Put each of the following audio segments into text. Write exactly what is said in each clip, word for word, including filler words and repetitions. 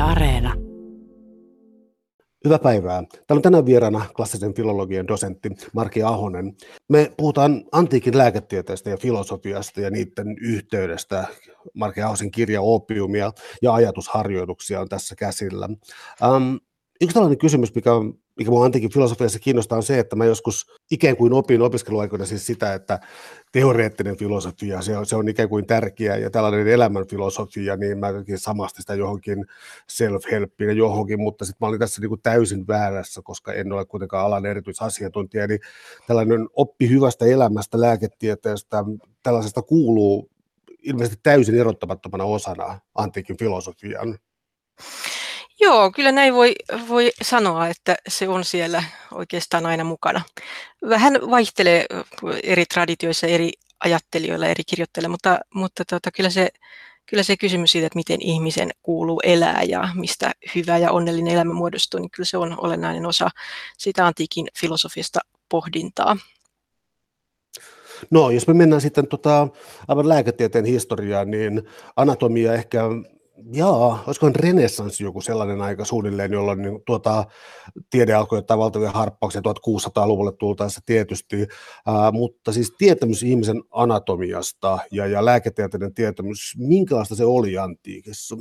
Areena. Hyvää päivää. Täällä on tänään vieraana klassisen filologian dosentti Markki Ahonen. Me puhutaan antiikin lääketieteestä ja filosofiasta ja niiden yhteydestä. Markki Ahosen kirja Opiumia ja ajatusharjoituksia on tässä käsillä. Um, yksi tällainen kysymys, mikä, on, mikä minua antiikin filosofiassa kiinnostaa, on se, että mä joskus ikään kuin opin opiskeluaikoina siis sitä, että teoreettinen filosofia, se on, se on ikään kuin tärkeä, ja tällainen elämänfilosofia, niin mä samastin sitä johonkin self-helppiin ja johonkin, mutta sitten mä olin tässä niin kuin täysin väärässä, koska en ole kuitenkaan alan erityisasiantuntija, eli tällainen oppi hyvästä elämästä, lääketieteestä, tällaisesta kuuluu ilmeisesti täysin erottamattomana osana antiikin filosofian. Joo, kyllä näin voi, voi sanoa, että se on siellä oikeastaan aina mukana. Vähän vaihtelee eri traditioissa, eri ajattelijoilla, eri kirjoittajilla, mutta, mutta tota, kyllä, se, kyllä se kysymys siitä, että miten ihmisen kuuluu elää ja mistä hyvä ja onnellinen elämä muodostuu, niin kyllä se on olennainen osa sitä antiikin filosofista pohdintaa. No, jos me mennään sitten tota, aivan lääketieteen historiaan, niin anatomia ehkä, jaa, olisikohan renessanssi joku sellainen aika suunnilleen, jolloin niin, tuota, tiede alkoi ottaa valtavia harppauksia tuhatkuusisataaluvulle tultaessa tietysti, ää, mutta siis tietämys ihmisen anatomiasta ja, ja lääketieteiden tietämys, minkälaista se oli antiikissa?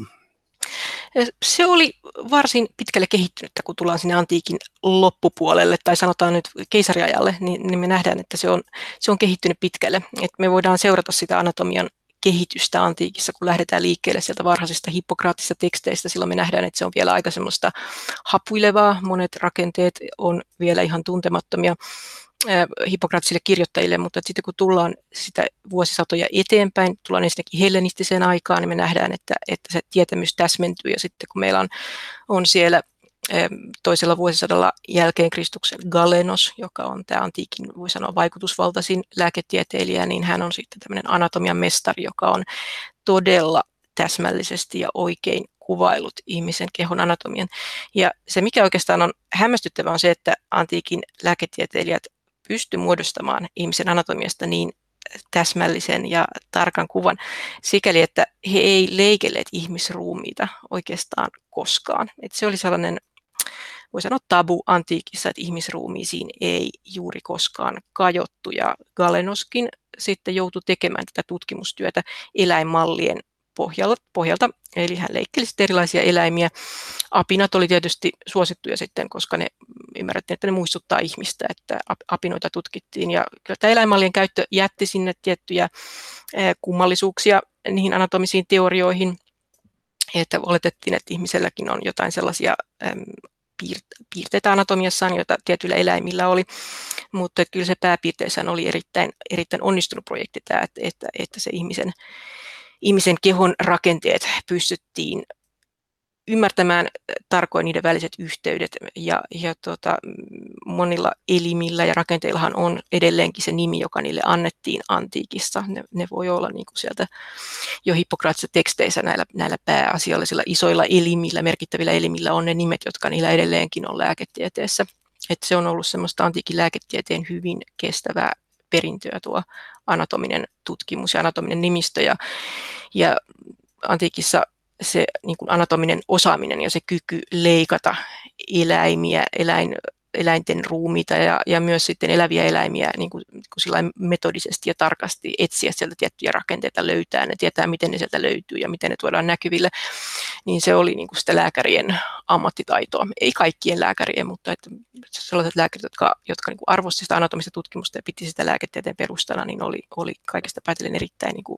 Se oli varsin pitkälle kehittynyttä, kun tullaan sinne antiikin loppupuolelle, tai sanotaan nyt keisariajalle, niin, niin me nähdään, että se on, se on kehittynyt pitkälle. Et me voidaan seurata sitä anatomian kehitystä antiikissa, kun lähdetään liikkeelle sieltä varhaisista hippokraattisista teksteistä. Silloin me nähdään, että se on vielä aika semmoista hapuilevaa. Monet rakenteet on vielä ihan tuntemattomia hippokraattisille kirjoittajille, mutta sitten kun tullaan sitä vuosisatoja eteenpäin, tullaan ensinnäkin hellenistiseen aikaan, niin me nähdään, että, että se tietämys täsmentyy, ja sitten kun meillä on, on siellä toisella vuosisadalla jälkeen Kristuksen Galenos, joka on tämä antiikin, voi sanoa, vaikutusvaltaisin lääketieteilijä, niin hän on sitten tämmöinen anatomian mestari, joka on todella täsmällisesti ja oikein kuvailut ihmisen kehon anatomian. Ja se, mikä oikeastaan on hämmästyttävää, on se, että antiikin lääketieteilijät pysty muodostamaan ihmisen anatomiasta niin täsmällisen ja tarkan kuvan sikäli, että he ei leikelleet ihmisruumiita oikeastaan koskaan. Että se oli sellainen, voi sanoa, tabu antiikissa, että ihmisruumiisiin ei juuri koskaan kajottu, ja Galenoskin sitten joutui tekemään tätä tutkimustyötä eläinmallien pohjalta, eli hän leikkeli sitten erilaisia eläimiä. Apinat oli tietysti suosittuja sitten, koska ne ymmärrettiin, että ne muistuttaa ihmistä, että apinoita tutkittiin, ja kyllä tämä eläinmallien käyttö jätti sinne tiettyjä kummallisuuksia niihin anatomisiin teorioihin, että oletettiin, että ihmiselläkin on jotain sellaisia piirteitä anatomiassaan, joita tietyillä eläimillä oli, mutta kyllä se pääpiirteissään oli erittäin, erittäin onnistunut projekti tämä, että, että, että se ihmisen Ihmisen kehon rakenteet pystyttiin ymmärtämään tarkoin niiden väliset yhteydet, ja, ja tota, monilla elimillä ja rakenteillahan on edelleenkin se nimi, joka niille annettiin antiikissa. Ne, ne voi olla niin kuin sieltä jo hippokraattisissa teksteissä näillä, näillä pääasiallisilla isoilla elimillä, merkittävillä elimillä on ne nimet, jotka niillä edelleenkin on lääketieteessä. Et se on ollut semmoista antiikin lääketieteen hyvin kestävää perintöä, tuo anatominen tutkimus ja anatominen nimistö, ja, ja antiikissa se niin kuin anatominen osaaminen ja se kyky leikata eläimiä, eläin, eläinten ruumiita ja, ja myös sitten eläviä eläimiä niin kuin, niin kuin metodisesti ja tarkasti etsiä sieltä tiettyjä rakenteita, löytää ne, tietää miten ne sieltä löytyy ja miten ne tuodaan näkyville, niin se oli niin kuin sitä lääkärien ammattitaitoa. Ei kaikkien lääkärien, mutta että sellaiset lääkärit, jotka, jotka niin kuin arvostivat sitä anatomista tutkimusta ja piti sitä lääketieteen perustana, niin oli, oli kaikesta päätellen erittäin niin kuin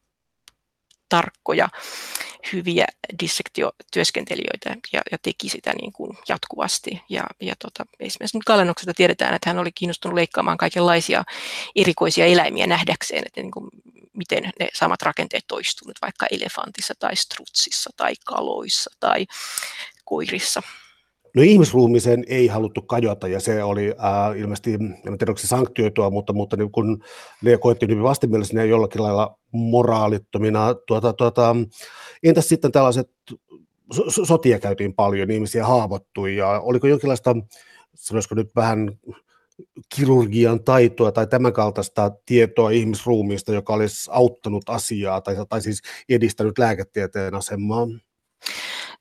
tarkkoja, hyviä dissektiotyöskentelijöitä ja, ja teki sitä niin kuin jatkuvasti. Ja, ja tota, esimerkiksi Galenoksesta tiedetään, että hän oli kiinnostunut leikkaamaan kaikenlaisia erikoisia eläimiä nähdäkseen, että niin kuin, miten ne samat rakenteet toistuvat vaikka elefantissa tai strutsissa tai kaloissa tai koirissa. No ihmisruumiseen ei haluttu kajota, ja se oli äh, ilmeisesti, en tiedä onko se sanktioitua, mutta, mutta niin kun ne koettiin hyvin vastenmielisinä ja jollakin lailla moraalittomina. Tuota, tuota, entäs sitten tällaiset, so- sotia käytiin paljon, ihmisiä haavoittui, ja oliko jonkinlaista, sanoisiko nyt vähän kirurgian taitoa tai tämän kaltaista tietoa ihmisruumiista, joka olisi auttanut asiaa tai, tai siis edistänyt lääketieteen asemaa?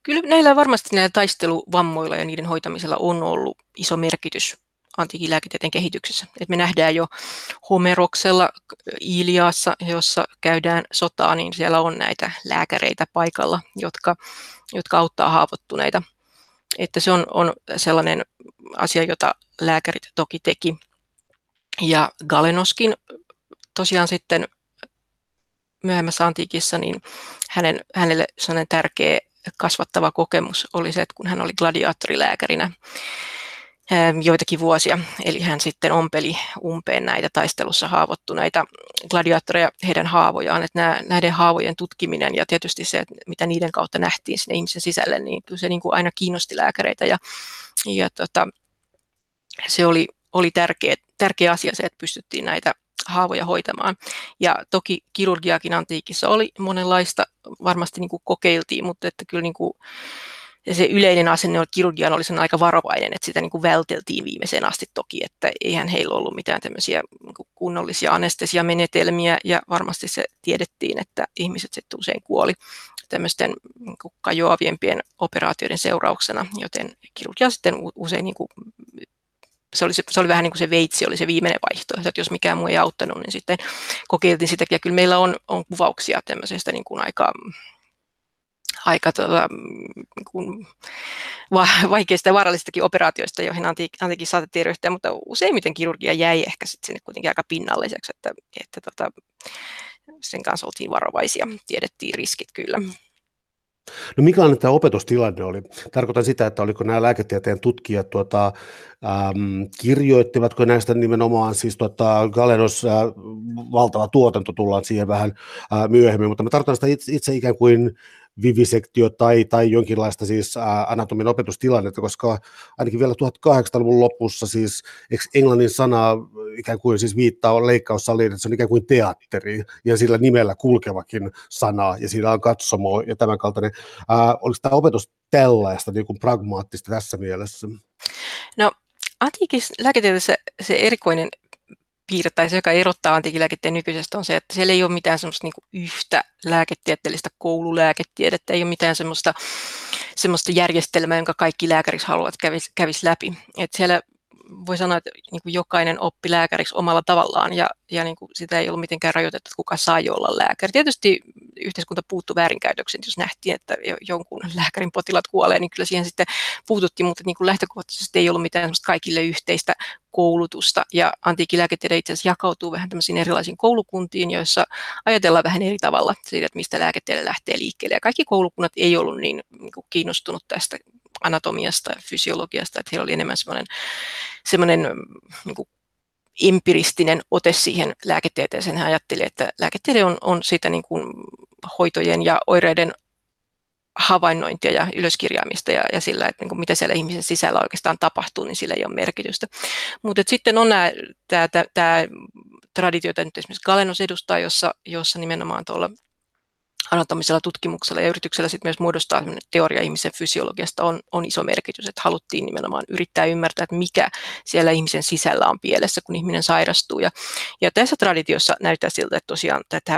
Kyllä näillä varmasti näillä taisteluvammoilla ja niiden hoitamisella on ollut iso merkitys antiikin lääketieteen kehityksessä. Et me nähdään jo Homeroksella Iliassa, jossa käydään sotaa, niin siellä on näitä lääkäreitä paikalla, jotka, jotka auttaa haavoittuneita. Että se on, on sellainen asia, jota lääkärit toki teki. Ja Galenoskin tosiaan sitten myöhemmässä antiikissa, niin hänen, hänelle sellainen tärkeä kasvattava kokemus oli se, että kun hän oli gladiaattorilääkärinä joitakin vuosia, eli hän sitten ompeli umpeen näitä taistelussa haavoittuneita gladiaattoreja, heidän haavojaan, että nämä, näiden haavojen tutkiminen ja tietysti se, että mitä niiden kautta nähtiin sinne ihmisen sisälle, niin kyllä se niin kuin aina kiinnosti lääkäreitä ja, ja tota, se oli, oli tärkeä, tärkeä asia se, että pystyttiin näitä haavoja hoitamaan. Ja toki kirurgiakin antiikissa oli monenlaista, varmasti niin kuin kokeiltiin, mutta että kyllä niin kuin ja se yleinen asenne kirurgiaan oli sen aika varovainen, että sitä niin kuin välteltiin viimeiseen asti toki, että eihän heillä ollut mitään tämmöisiä niin kuin kunnollisia anestesiamenetelmiä ja varmasti se tiedettiin, että ihmiset sitten usein kuoli tämmöisten niin kuin kajoaviempien operaatioiden seurauksena, joten kirurgia sitten usein niin kuin Se oli, se, se oli vähän niin kuin se veitsi, oli se viimeinen vaihtoehto, että jos mikään muu ei auttanut, niin sitten kokeiltiin sitä. Ja kyllä meillä on, on kuvauksia tämmöisestä niin kuin aika, aika tota, niin kuin vaikeista ja vaarallisistakin operaatioista, joihin antiikin saatettiin ryhtyä, mutta useimmiten kirurgia jäi ehkä sitten sinne kuitenkin aika pinnalliseksi, että, että tota, sen kanssa oltiin varovaisia, tiedettiin riskit kyllä. No minkälainen tämä opetustilanne oli? Tarkoitan sitä, että oliko nämä lääketieteen tutkijat, tuota, äm, kirjoittivatko näistä nimenomaan, siis tuota, Galenos, äh, valtava tuotanto, tullaan siihen vähän äh, myöhemmin, mutta mä tarkoitan sitä itse, itse ikään kuin vivisektio tai, tai jonkinlaista siis ää, anatomian opetustilannetta, koska ainakin vielä tuhatkahdeksansataaluvun lopussa siis englannin sana ikään kuin siis viittaa leikkaussaliin, että se on ikään kuin teatteri ja sillä nimellä kulkevakin sana ja siinä on katsomo ja tämän kaltainen. Ää, oliko tämä opetus tällaista niin kuin pragmaattista tässä mielessä? No antiikissa lääketieteessä se erikoinen piirre tai se, joka erottaa antiikin lääketieteen nykyisestä, on se, että siellä ei ole mitään semmoista niin kuin yhtä lääketieteellistä koululääketiedettä, ei ole mitään semmoista, semmoista järjestelmää, jonka kaikki lääkäriksi haluavat kävis, kävis läpi. Et siellä voi sanoa, että niin kuin jokainen oppi lääkäriksi omalla tavallaan ja, ja niin kuin sitä ei ollut mitenkään rajoitettu, että kuka sai olla lääkäri. Tietysti yhteiskunta puuttui väärinkäytöksiin, jos nähtiin, että jonkun lääkärin potilaat kuolee, niin kyllä siihen sitten puututtiin, mutta niin kuin lähtökohtaisesti ei ollut mitään semmoista kaikille yhteistä koulutusta. Ja antiikin lääketiede itse asiassa jakautuu vähän tämmöisiin erilaisiin koulukuntiin, joissa ajatellaan vähän eri tavalla siitä, että mistä lääketiede lähtee liikkeelle. Ja kaikki koulukunnat ei ollut niin, niin kuin kiinnostunut tästä anatomiasta ja fysiologiasta, että heillä oli enemmän semmoinen, semmoinen niin kuin empiristinen ote siihen lääketieteeseen. Hän ajatteli, että lääketiede on, on sitä niin kuin hoitojen ja oireiden havainnointia ja ylöskirjaamista ja, ja sillä, että niin kuin mitä siellä ihmisen sisällä oikeastaan tapahtuu, niin sillä ei ole merkitystä. Mutta sitten on tämä traditio, jota nyt esimerkiksi Galenos edustaa, jossa, jossa nimenomaan tuolla anatomisella tutkimuksella ja yrityksellä sitten myös muodostaa teoria ihmisen fysiologiasta on, on iso merkitys, että haluttiin nimenomaan yrittää ymmärtää, että mikä siellä ihmisen sisällä on pielessä, kun ihminen sairastuu. Ja, ja tässä traditiossa näyttää siltä, että tosiaan tätä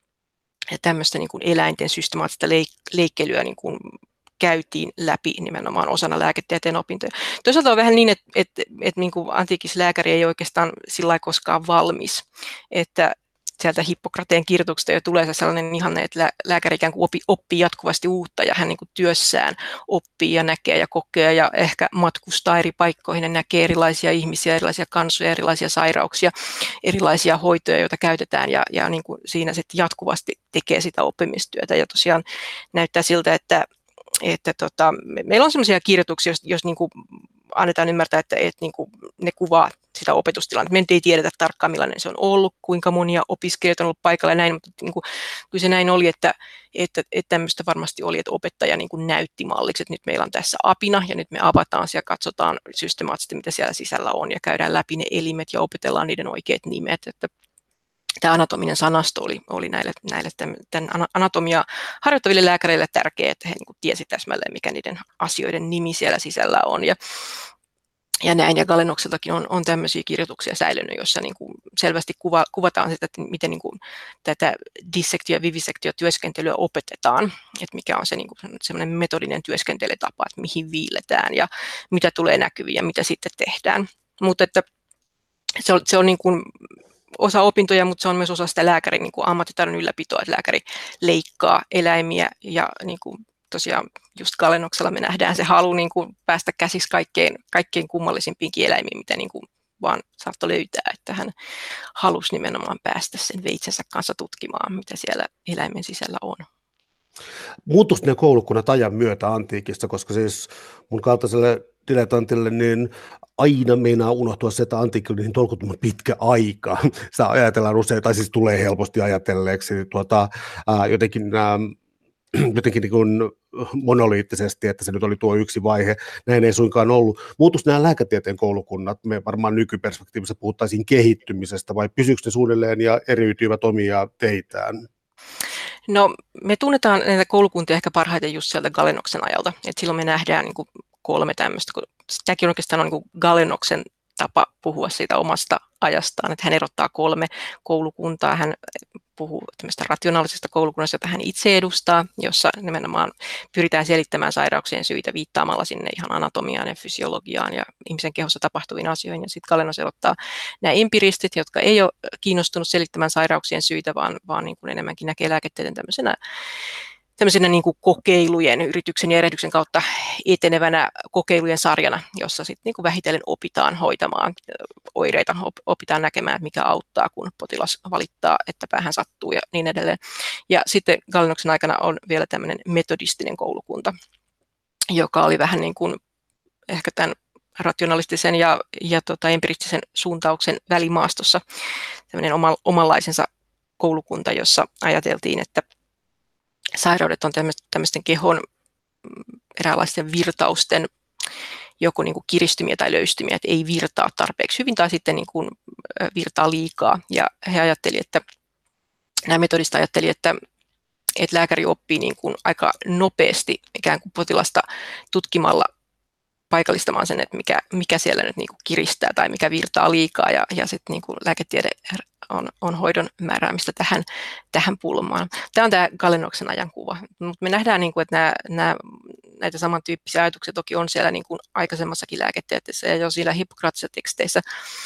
tämmöistä niin kuin eläinten systemaattista leik- leikkelyä niin kuin käytiin läpi nimenomaan osana lääketieteen opintoja. Toisaalta on vähän niin, että, että, että niin kuin antiikissa lääkäri ei oikeastaan sillä lailla koskaan valmis, että sieltä Hippokrateen kirjoituksesta jo tulee sellainen ihanne, että lääkäri ikään kuin oppii, oppii jatkuvasti uutta ja hän niin kuin työssään oppii ja näkee ja kokee ja ehkä matkustaa eri paikkoihin ja näkee erilaisia ihmisiä, erilaisia kansoja, erilaisia sairauksia, erilaisia hoitoja, joita käytetään ja, ja niin kuin siinä sitten jatkuvasti tekee sitä oppimistyötä ja tosiaan näyttää siltä, että, että tota, meillä on sellaisia kirjoituksia, jos, jos niin kuin annetaan ymmärtää, että, että niin kuin ne kuvaa sitä opetustilannetta. Me ei tiedetä tarkkaan, millainen se on ollut, kuinka monia opiskelijoita on ollut paikalla ja näin, mutta niin kuin, kyllä se näin oli, että, että, että tämmöistä varmasti oli, että opettaja niin kuin näytti malliksi, että nyt meillä on tässä apina ja nyt me avataan ja katsotaan systemaattisesti, mitä siellä sisällä on ja käydään läpi ne elimet ja opetellaan niiden oikeat nimet. Että tämä anatominen sanasto oli, oli näille, näille tämän anatomia harjoittaville lääkäreille tärkeä, että he niin kuin tiesi täsmälleen, mikä niiden asioiden nimi siellä sisällä on. Ja Ja näin, ja Galenokseltakin on, on tämmöisiä kirjoituksia säilynyt, joissa niin kuin selvästi kuva, kuvataan sitä, että miten niin kuin tätä dissektio- ja vivisektiotyöskentelyä opetetaan, että mikä on se niin kuin semmoinen metodinen työskentelytapa, että mihin viiletään ja mitä tulee näkyviin ja mitä sitten tehdään. Mutta että se on, se on niin kuin osa opintoja, mutta se on myös osa sitä lääkärin niin kuin ammattitaidon ylläpitoa, että lääkäri leikkaa eläimiä ja niin kuin tosiaan just Galenoksella me nähdään se halu niin kuin päästä käsiksi kaikkein, kaikkein kummallisimpiinkin eläimiin, mitä niin kuin vaan saattoi löytää, että hän halusi nimenomaan päästä sen veitsensä kanssa tutkimaan, mitä siellä eläimen sisällä on. Muuttuiko ne koulukunnat ajan myötä antiikissa, koska siis mun kaltaiselle dilettantille niin aina meinaa unohtua se, että antiikki oli niin tolkuttoman pitkä aika. Sitä ajatellaan usein, tai siis tulee helposti ajatelleeksi tuota, ää, jotenkin, ää, jotenkin niin kuin monoliittisesti, että se nyt oli tuo yksi vaihe. Näin ei suinkaan ollut. Muuttuisi nämä lääketieteen koulukunnat, me varmaan nykyperspektiivissä puhuttaisiin kehittymisestä, vai pysyykö ne suunnilleen ja eriytyivät omia teitään? No, me tunnetaan näitä koulukuntia ehkä parhaiten just sieltä Galenoksen ajalta, että silloin me nähdään niin kuin kolme tämmöistä, kun sitäkin oikeastaan on niin kuin Galenoksen tapa puhua siitä omasta ajastaan, että hän erottaa kolme koulukuntaa, hän puhuu tämmöistä rationaalisesta koulukunnasta, jota hän itse edustaa, jossa nimenomaan pyritään selittämään sairauksien syitä viittaamalla sinne ihan anatomiaan ja fysiologiaan ja ihmisen kehossa tapahtuviin asioihin. Ja sitten Galenos erottaa nämä empiristit, jotka ei ole kiinnostunut selittämään sairauksien syitä, vaan, vaan niin kuin enemmänkin näkee lääketieteen tämmöisenä tämmöisenä niin kuin kokeilujen, yrityksen ja erehdyksen kautta etenevänä kokeilujen sarjana, jossa sitten niin kuin vähitellen opitaan hoitamaan oireita, opitaan näkemään, mikä auttaa, kun potilas valittaa, että päähän sattuu ja niin edelleen. Ja sitten Galenoksen aikana on vielä tämmöinen metodistinen koulukunta, joka oli vähän niin kuin ehkä tämän rationalistisen ja, ja tota, empiristisen suuntauksen välimaastossa tämmöinen oma, omanlaisensa koulukunta, jossa ajateltiin, että sairaudet on tämmöisten kehon eräänlaisten virtausten joko niin kuin kiristymiä tai löystymiä, että ei virtaa tarpeeksi hyvin tai sitten niin kuin virtaa liikaa. Ja he ajatteli, että nämä metodistat ajatteli, että, että lääkäri oppii niin kuin aika nopeasti ikään kuin potilasta tutkimalla paikallistamaan sen, että mikä, mikä siellä nyt niin kuin kiristää tai mikä virtaa liikaa ja, ja sitten niin kuin lääketiede on, on hoidon määräämistä tähän, tähän pulmaan. Tämä on tämä Galenoksen ajankuva, mutta me nähdään, niin kuin, että nämä, nämä, näitä samantyyppisiä ajatuksia toki on siellä niin kuin aikaisemmassakin lääketieteessä ja jo siellä Hippokratesin teksteissä,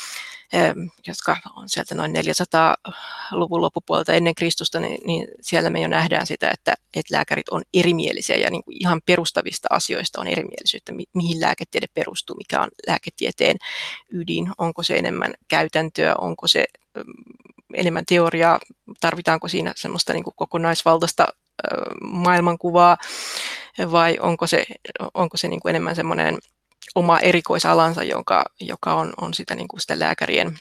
jotka on sieltä noin neljänsadan-luvun loppupuolelta ennen Kristusta, niin, niin siellä me jo nähdään sitä, että, että lääkärit on erimielisiä ja niin kuin ihan perustavista asioista on erimielisyyttä, mi- mihin lääketiede perustuu, mikä on lääketieteen ydin, onko se enemmän käytäntöä, onko se enemmän teoriaa, tarvitaanko siinä semmoista niin kuin kokonaisvaltaista maailmankuvaa vai onko se, onko se niin kuin enemmän semmoinen oma erikoisalansa, joka, joka on, on sitä, niin kuin sitä lääkärien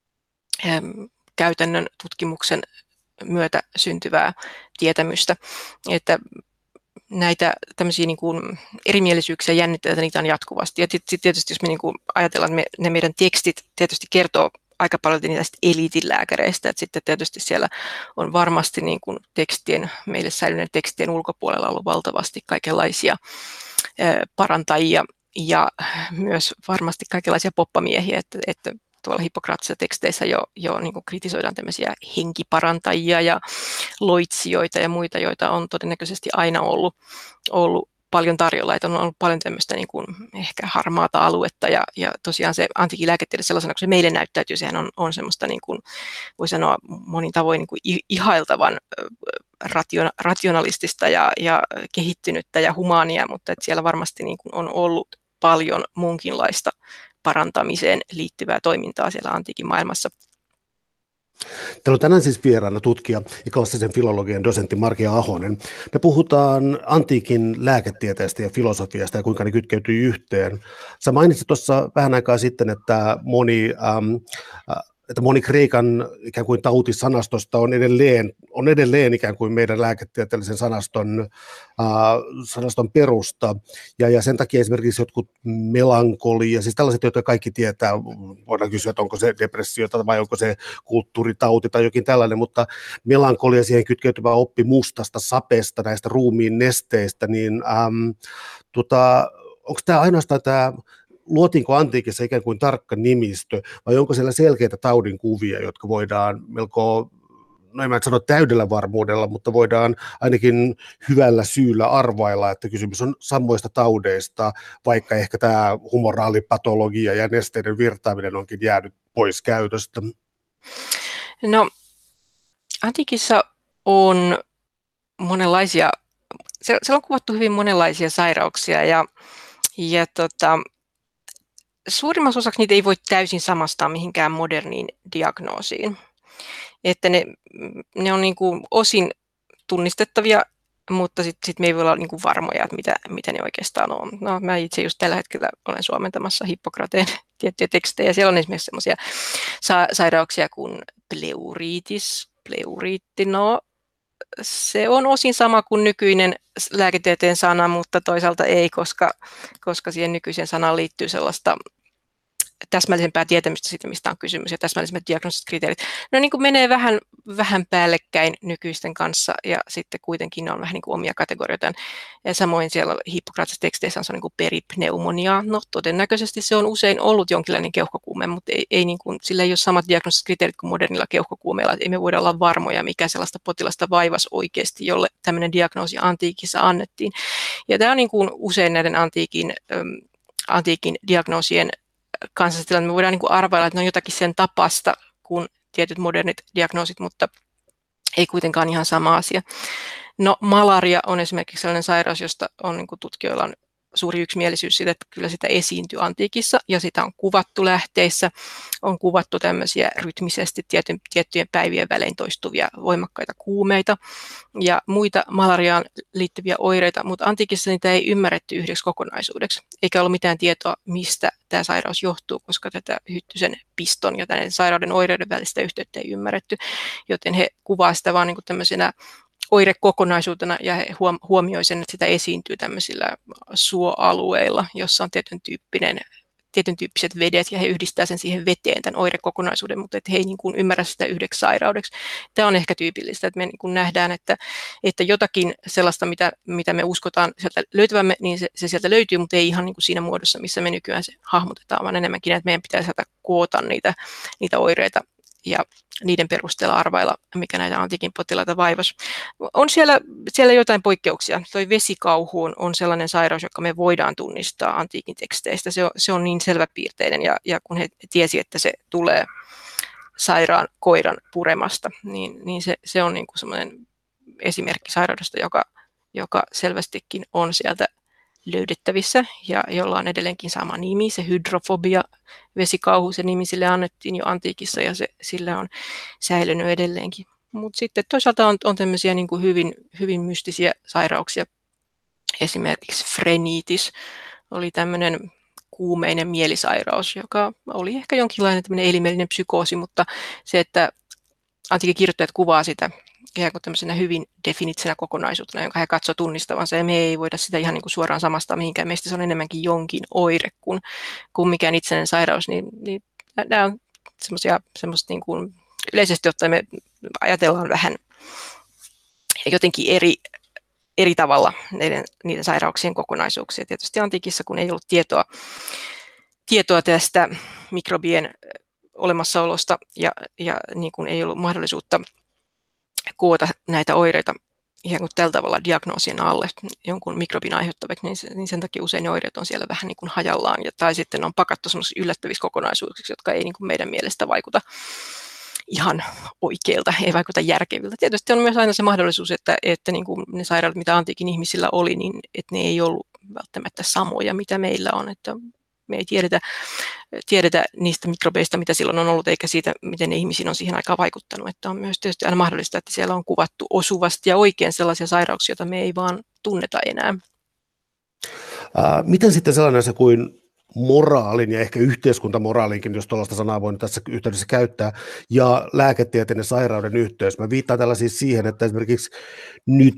äm, käytännön tutkimuksen myötä syntyvää tietämystä. Että näitä tämmöisiä niin kuin erimielisyyksiä ja jännitteitä, niitä on jatkuvasti. Ja sitten tietysti, jos me niin kuin ajatellaan, että me, ne meidän tekstit tietysti kertoo aika paljon niitä eliitilääkäreistä, että sitten tietysti siellä on varmasti niin kuin tekstien, meille säilyneen tekstien ulkopuolella ollut valtavasti kaikenlaisia ää, parantajia, ja myös varmasti kaikenlaisia poppamiehiä, että, että tuolla Hippokratesin teksteissä jo, jo niin kuin kritisoidaan tämmöisiä henkiparantajia ja loitsijoita ja muita, joita on todennäköisesti aina ollut, ollut paljon tarjolla, että on ollut paljon tämmöistä niin kuin ehkä harmaata aluetta ja, ja tosiaan se antiikin lääketiede sellaisena, kun se meille näyttäytyy, sehän on, on semmoista niin kuin, voi sanoa monin tavoin niin kuin ihailtavan rationalistista ja, ja kehittynyttä ja humaania, mutta että siellä varmasti niin kuin on ollut paljon muunkinlaista parantamiseen liittyvää toimintaa siellä antiikin maailmassa. Täällä on tänään siis vieraana tutkija ja klassisen filologian dosentti Marki Ahonen. Me puhutaan antiikin lääketieteestä ja filosofiasta ja kuinka ne kytkeytyy yhteen. Sä mainitsit tuossa vähän aikaa sitten, että moni, ähm, että moni kreikan ikään kuin tautisanastosta on edelleen, on edelleen ikään kuin meidän lääketieteellisen sanaston, äh, sanaston perusta. Ja, ja sen takia esimerkiksi jotkut melankolia, siis tällaiset, jotka kaikki tietää, voidaan kysyä, että onko se depressiota vai onko se kulttuuritauti tai jokin tällainen, mutta melankolia, siihen kytkeytyvä oppi mustasta sapesta, näistä ruumiin nesteistä, niin ähm, tota, onko tämä ainoastaan tämä luotiinko antiikissa ikään kuin tarkka nimistö, vai onko siellä selkeitä taudinkuvia, jotka voidaan melko, no en mä sano täydellä varmuudella, mutta voidaan ainakin hyvällä syyllä arvailla, että kysymys on samoista taudeista, vaikka ehkä tämä humoraalipatologia ja nesteiden virtaaminen onkin jäänyt pois käytöstä. No, antiikissa on monenlaisia, siellä on kuvattu hyvin monenlaisia sairauksia ja, ja tota, suurimmassa osaksi niitä ei voi täysin samastaa mihinkään moderniin diagnoosiin. Että ne, ne on niin kuin osin tunnistettavia, mutta sitten sit me ei voi olla niin kuin varmoja, että mitä, mitä ne oikeastaan on. No, mä itse just tällä hetkellä olen suomentamassa Hippokrateen tiettyjä tekstejä. Siellä on esimerkiksi sellaisia sa- sairauksia kuin pleuriitis, pleuriitti. No, se on osin sama kuin nykyinen lääketieteen sana, mutta toisaalta ei, koska, koska siihen nykyiseen sanaan liittyy sellaista täsmällisempää tietämystä siitä, mistä on kysymys, ja täsmällisemmät diagnostiset kriteerit. No niin kuin menee vähän, vähän päällekkäin nykyisten kanssa, ja sitten kuitenkin ne on vähän niin kuin omia kategorioitaan. Ja samoin siellä Hippokraattisissa teksteissä on, se on niin kuin peripneumonia. No todennäköisesti se on usein ollut jonkinlainen keuhkokuume, mutta ei, ei niin kuin, sillä ei ole samat diagnostiset kriteerit kuin modernilla keuhkokuumeella. Ei me voida olla varmoja, mikä sellaista potilasta vaivasi oikeasti, jolle tämmöinen diagnoosi antiikissa annettiin. Ja tämä on niin kuin usein näiden antiikin, äm, antiikin diagnoosien kanssa, me voidaan niin kuin arvailla, että ne on jotakin sen tapasta kuin tietyt modernit diagnoosit, mutta ei kuitenkaan ihan sama asia. No, malaria on esimerkiksi sellainen sairaus, josta on niin kuin tutkijoilla on suuri yksimielisyys siitä, että kyllä sitä esiintyy antiikissa ja sitä on kuvattu lähteissä. On kuvattu tämmöisiä rytmisesti tietyn, tiettyjen päivien välein toistuvia voimakkaita kuumeita ja muita malariaan liittyviä oireita, mutta antiikissa niitä ei ymmärretty yhdeksi kokonaisuudeksi, eikä ollut mitään tietoa, mistä tämä sairaus johtuu, koska tätä hyttysen piston ja tämän sairauden oireiden välistä yhteyttä ei ymmärretty, joten he kuvaa sitä vaan niin kuin tämmöisenä oirekokonaisuutena ja he huomioi sen, että sitä esiintyy tämmöisillä suoalueilla, jossa on tietyn, tyyppinen, tietyn tyyppiset vedet ja he yhdistää sen siihen veteen tämän oirekokonaisuuden, mutta että he ei niin kuin ymmärrä sitä yhdeksi sairaudeksi. Tämä on ehkä tyypillistä, että me niin kuin nähdään, että, että jotakin sellaista, mitä, mitä me uskotaan sieltä löytyvämme, niin se, se sieltä löytyy, mutta ei ihan niin kuin siinä muodossa, missä me nykyään se hahmotetaan, vaan enemmänkin, että meidän pitää sieltä koota niitä, niitä oireita ja niiden perusteella arvailla, mikä näitä antiikin potilaita vaivasi. On siellä, siellä jotain poikkeuksia. Toi vesikauhu on, on sellainen sairaus, joka me voidaan tunnistaa antiikin teksteistä. Se on, se on niin selväpiirteinen ja, ja kun he tiesi, että se tulee sairaan koiran puremasta, niin, niin se, se on niin kuin semmoinen esimerkki sairaudesta, joka, joka selvästikin on sieltä löydettävissä ja jolla on edelleenkin sama nimi, se hydrofobia, vesikauhu, se nimi sille annettiin jo antiikissa ja se, sillä on säilynyt edelleenkin. Mutta sitten toisaalta on, on tämmöisiä niin kuin hyvin, hyvin mystisiä sairauksia, esimerkiksi freniitis oli tämmöinen kuumeinen mielisairaus, joka oli ehkä jonkinlainen tämmöinen elimellinen psykoosi, mutta se, että antiikin kirjoittajat kuvaa sitä ikään kuin tämmöisenä hyvin definitsenä kokonaisuutena, jonka he katsovat tunnistavansa, ja me ei voida sitä ihan niin kuin suoraan samastaa mihinkään. Meistä se on enemmänkin jonkin oire kuin, kuin mikään itsenäinen sairaus, niin, niin nämä on semmoisia, semmoista niin kuin yleisesti ottaen me ajatellaan vähän jotenkin eri, eri tavalla niiden, niiden sairauksien kokonaisuuksia. Tietysti antiikissa, kun ei ollut tietoa, tietoa tästä mikrobien olemassaolosta ja, ja niin kuin ei ollut mahdollisuutta koota näitä oireita ihan kuin tällä tavalla diagnoosien alle jonkun mikrobin aiheuttavaksi, niin, niin sen takia usein ne oireet on siellä vähän niin kuin hajallaan, ja, tai sitten on pakattu sellaisiksi yllättäviksi kokonaisuuksiksi, jotka ei niin kuin meidän mielestä vaikuta ihan oikeilta, ei vaikuta järkeviltä. Tietysti on myös aina se mahdollisuus, että, että niin kuin ne sairaudet, mitä antiikin ihmisillä oli, niin että ne ei ollut välttämättä samoja, mitä meillä on, että me ei tiedetä, tiedetä niistä mikrobeista, mitä silloin on ollut, eikä siitä, miten ne ihmisiin on siihen aikaan vaikuttanut. Että on myös tietysti aina mahdollista, että siellä on kuvattu osuvasti ja oikein sellaisia sairauksia, joita me ei vaan tunneta enää. Ää, miten sitten sellainen asia kuin moraalin ja ehkä yhteiskuntamoraalinkin, jos tuollaista sanaa voin tässä yhteydessä käyttää, ja lääketieteen ja sairauden yhteys. Mä viittaan tällä siis siihen, että esimerkiksi nyt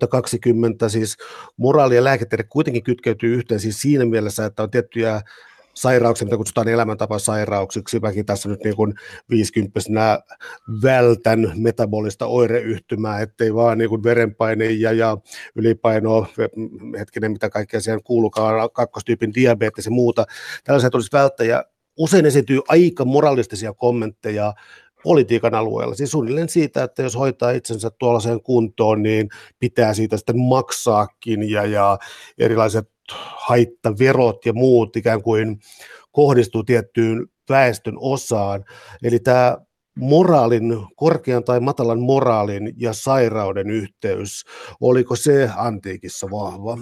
kaksituhattakaksikymmentä siis moraali ja lääketiede kuitenkin kytkeytyy yhteen siis siinä mielessä, että on tiettyjä sairauksia, mitä kutsutaan elämäntapasairauksiksi. Mäkin tässä nyt niin kuin viisikymppisenä vältän metabolista oireyhtymää, ettei vaan niin kuin verenpaine ja, ja ylipaino, hetkinen mitä kaikkea siihen kuulukaan, kakkostyypin diabetes ja muuta. Tällaisia tulisi välttää ja usein esiintyy aika moralistisia kommentteja politiikan alueella, siis suunnilleen siitä, että jos hoitaa itsensä tuollaiseen kuntoon, niin pitää siitä sitten maksaakin ja, ja erilaiset haittaverot ja muut ikään kuin kohdistuu tiettyyn väestön osaan. Eli tämä moraalin, korkean tai matalan moraalin ja sairauden yhteys, oliko se antiikissa vahva?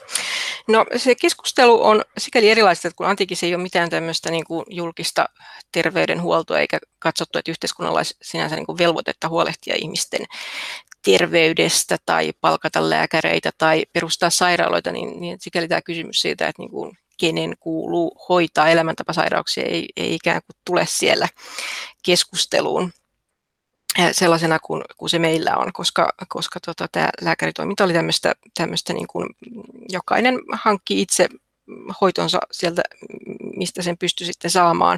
No se keskustelu on sikäli erilaista, että kun antiikissa ei ole mitään tämmöistä niin kuin julkista terveydenhuoltoa eikä katsottu, että yhteiskunnalla olisi sinänsä niin kuin velvoitetta huolehtia ihmisten terveydestä tai palkata lääkäreitä tai perustaa sairaaloita, niin, niin sikäli tämä kysymys siitä, että niin kuin kenen kuuluu hoitaa elämäntapasairauksia ei, ei ikään kuin tule siellä keskusteluun sellaisena kuin, kuin se meillä on, koska, koska tota, tämä lääkäritoiminta oli tämmöistä, tämmöistä niin kuin jokainen hankki itse hoitonsa sieltä, mistä sen pystyi sitten saamaan,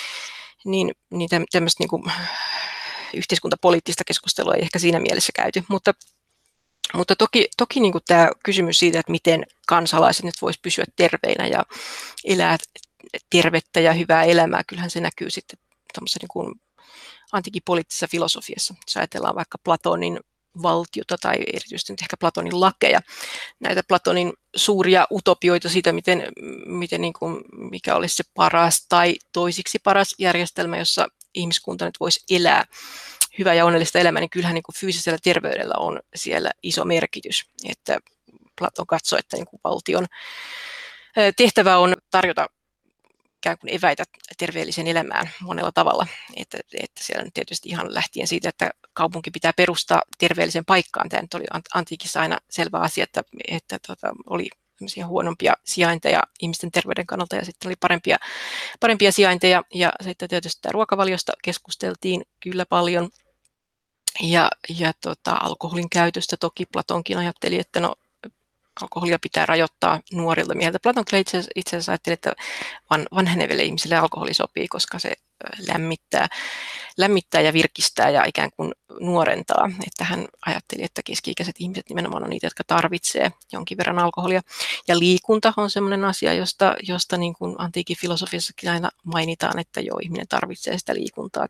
niin, niin tämmöistä niin kuin yhteiskuntapoliittista keskustelua ei ehkä siinä mielessä käyty, mutta, mutta toki, toki niin kuin tämä kysymys siitä, että miten kansalaiset nyt voisi pysyä terveinä ja elää tervettä ja hyvää elämää, kyllähän se näkyy sitten tuommoisessa niin kuin antiikin poliittisessa filosofiassa. Jos ajatellaan vaikka Platonin valtiota tai erityisesti nyt ehkä Platonin lakeja, näitä Platonin suuria utopioita siitä, miten, miten niin kuin, mikä olisi se paras tai toisiksi paras järjestelmä, jossa ihmiskunta nyt voisi elää hyvää ja onnellista elämää, niin kyllähän niin kuin fyysisellä terveydellä on siellä iso merkitys. Että Platon katsoo, että niin kuin valtion tehtävä on tarjota ikään kuin eväitä terveelliseen elämään monella tavalla. Että, että siellä on tietysti ihan lähtien siitä, että kaupunki pitää perustaa terveelliseen paikkaan. Tämä nyt oli antiikissa aina selvä asia, että, että tota, oli huonompia sijainteja ihmisten terveyden kannalta ja sitten oli parempia, parempia sijainteja. Ja sitten tietysti tämä ruokavaliosta keskusteltiin kyllä paljon. Ja, ja tota, alkoholin käytöstä toki Platonkin ajatteli, että no, alkoholia pitää rajoittaa nuorilta miehiltä. Platon itse, itse asiassa ajatteli, että van, vanheneville ihmisille alkoholi sopii, koska se lämmittää, lämmittää ja virkistää ja ikään kuin nuorentaa. Että hän ajatteli, että keski-ikäiset ihmiset nimenomaan on niitä, jotka tarvitsee jonkin verran alkoholia. Ja liikunta on sellainen asia, josta, josta niin kuin antiikin filosofiassakin aina mainitaan, että joo, ihminen tarvitsee sitä liikuntaa.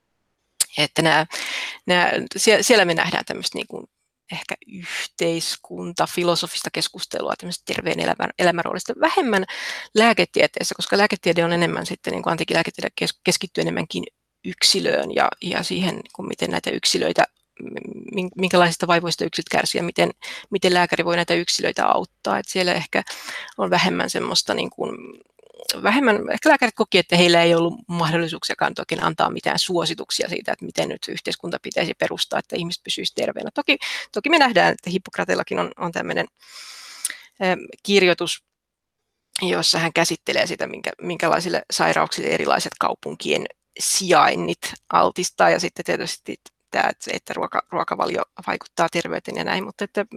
Että nämä, nämä, siellä me nähdään tämmöistä niin kuin ehkä yhteiskunta, filosofista keskustelua tämmöistä terveen elämän, elämänroolista, vähemmän lääketieteessä, koska lääketiede on enemmän sitten, niin kuin antiikin lääketiede keskittyy enemmänkin yksilöön ja, ja siihen, kun miten näitä yksilöitä, minkälaisista vaivoista yksilöt kärsii ja miten, miten lääkäri voi näitä yksilöitä auttaa. Että siellä ehkä on vähemmän semmoista niin kuin vähemmän, ehkä lääkärit koki, että heillä ei ollut mahdollisuuksiakaan toki antaa mitään suosituksia siitä, että miten nyt yhteiskunta pitäisi perustaa, että ihmiset pysyisivät terveenä. Toki, toki me nähdään, että Hippokrateellakin on, on tämmöinen ähm, kirjoitus, jossa hän käsittelee sitä, minkä, minkälaisille sairauksille erilaiset kaupunkien sijainnit altistaa, ja sitten tietysti tämä, että ruoka, ruokavalio vaikuttaa terveyteen ja näin, mutta että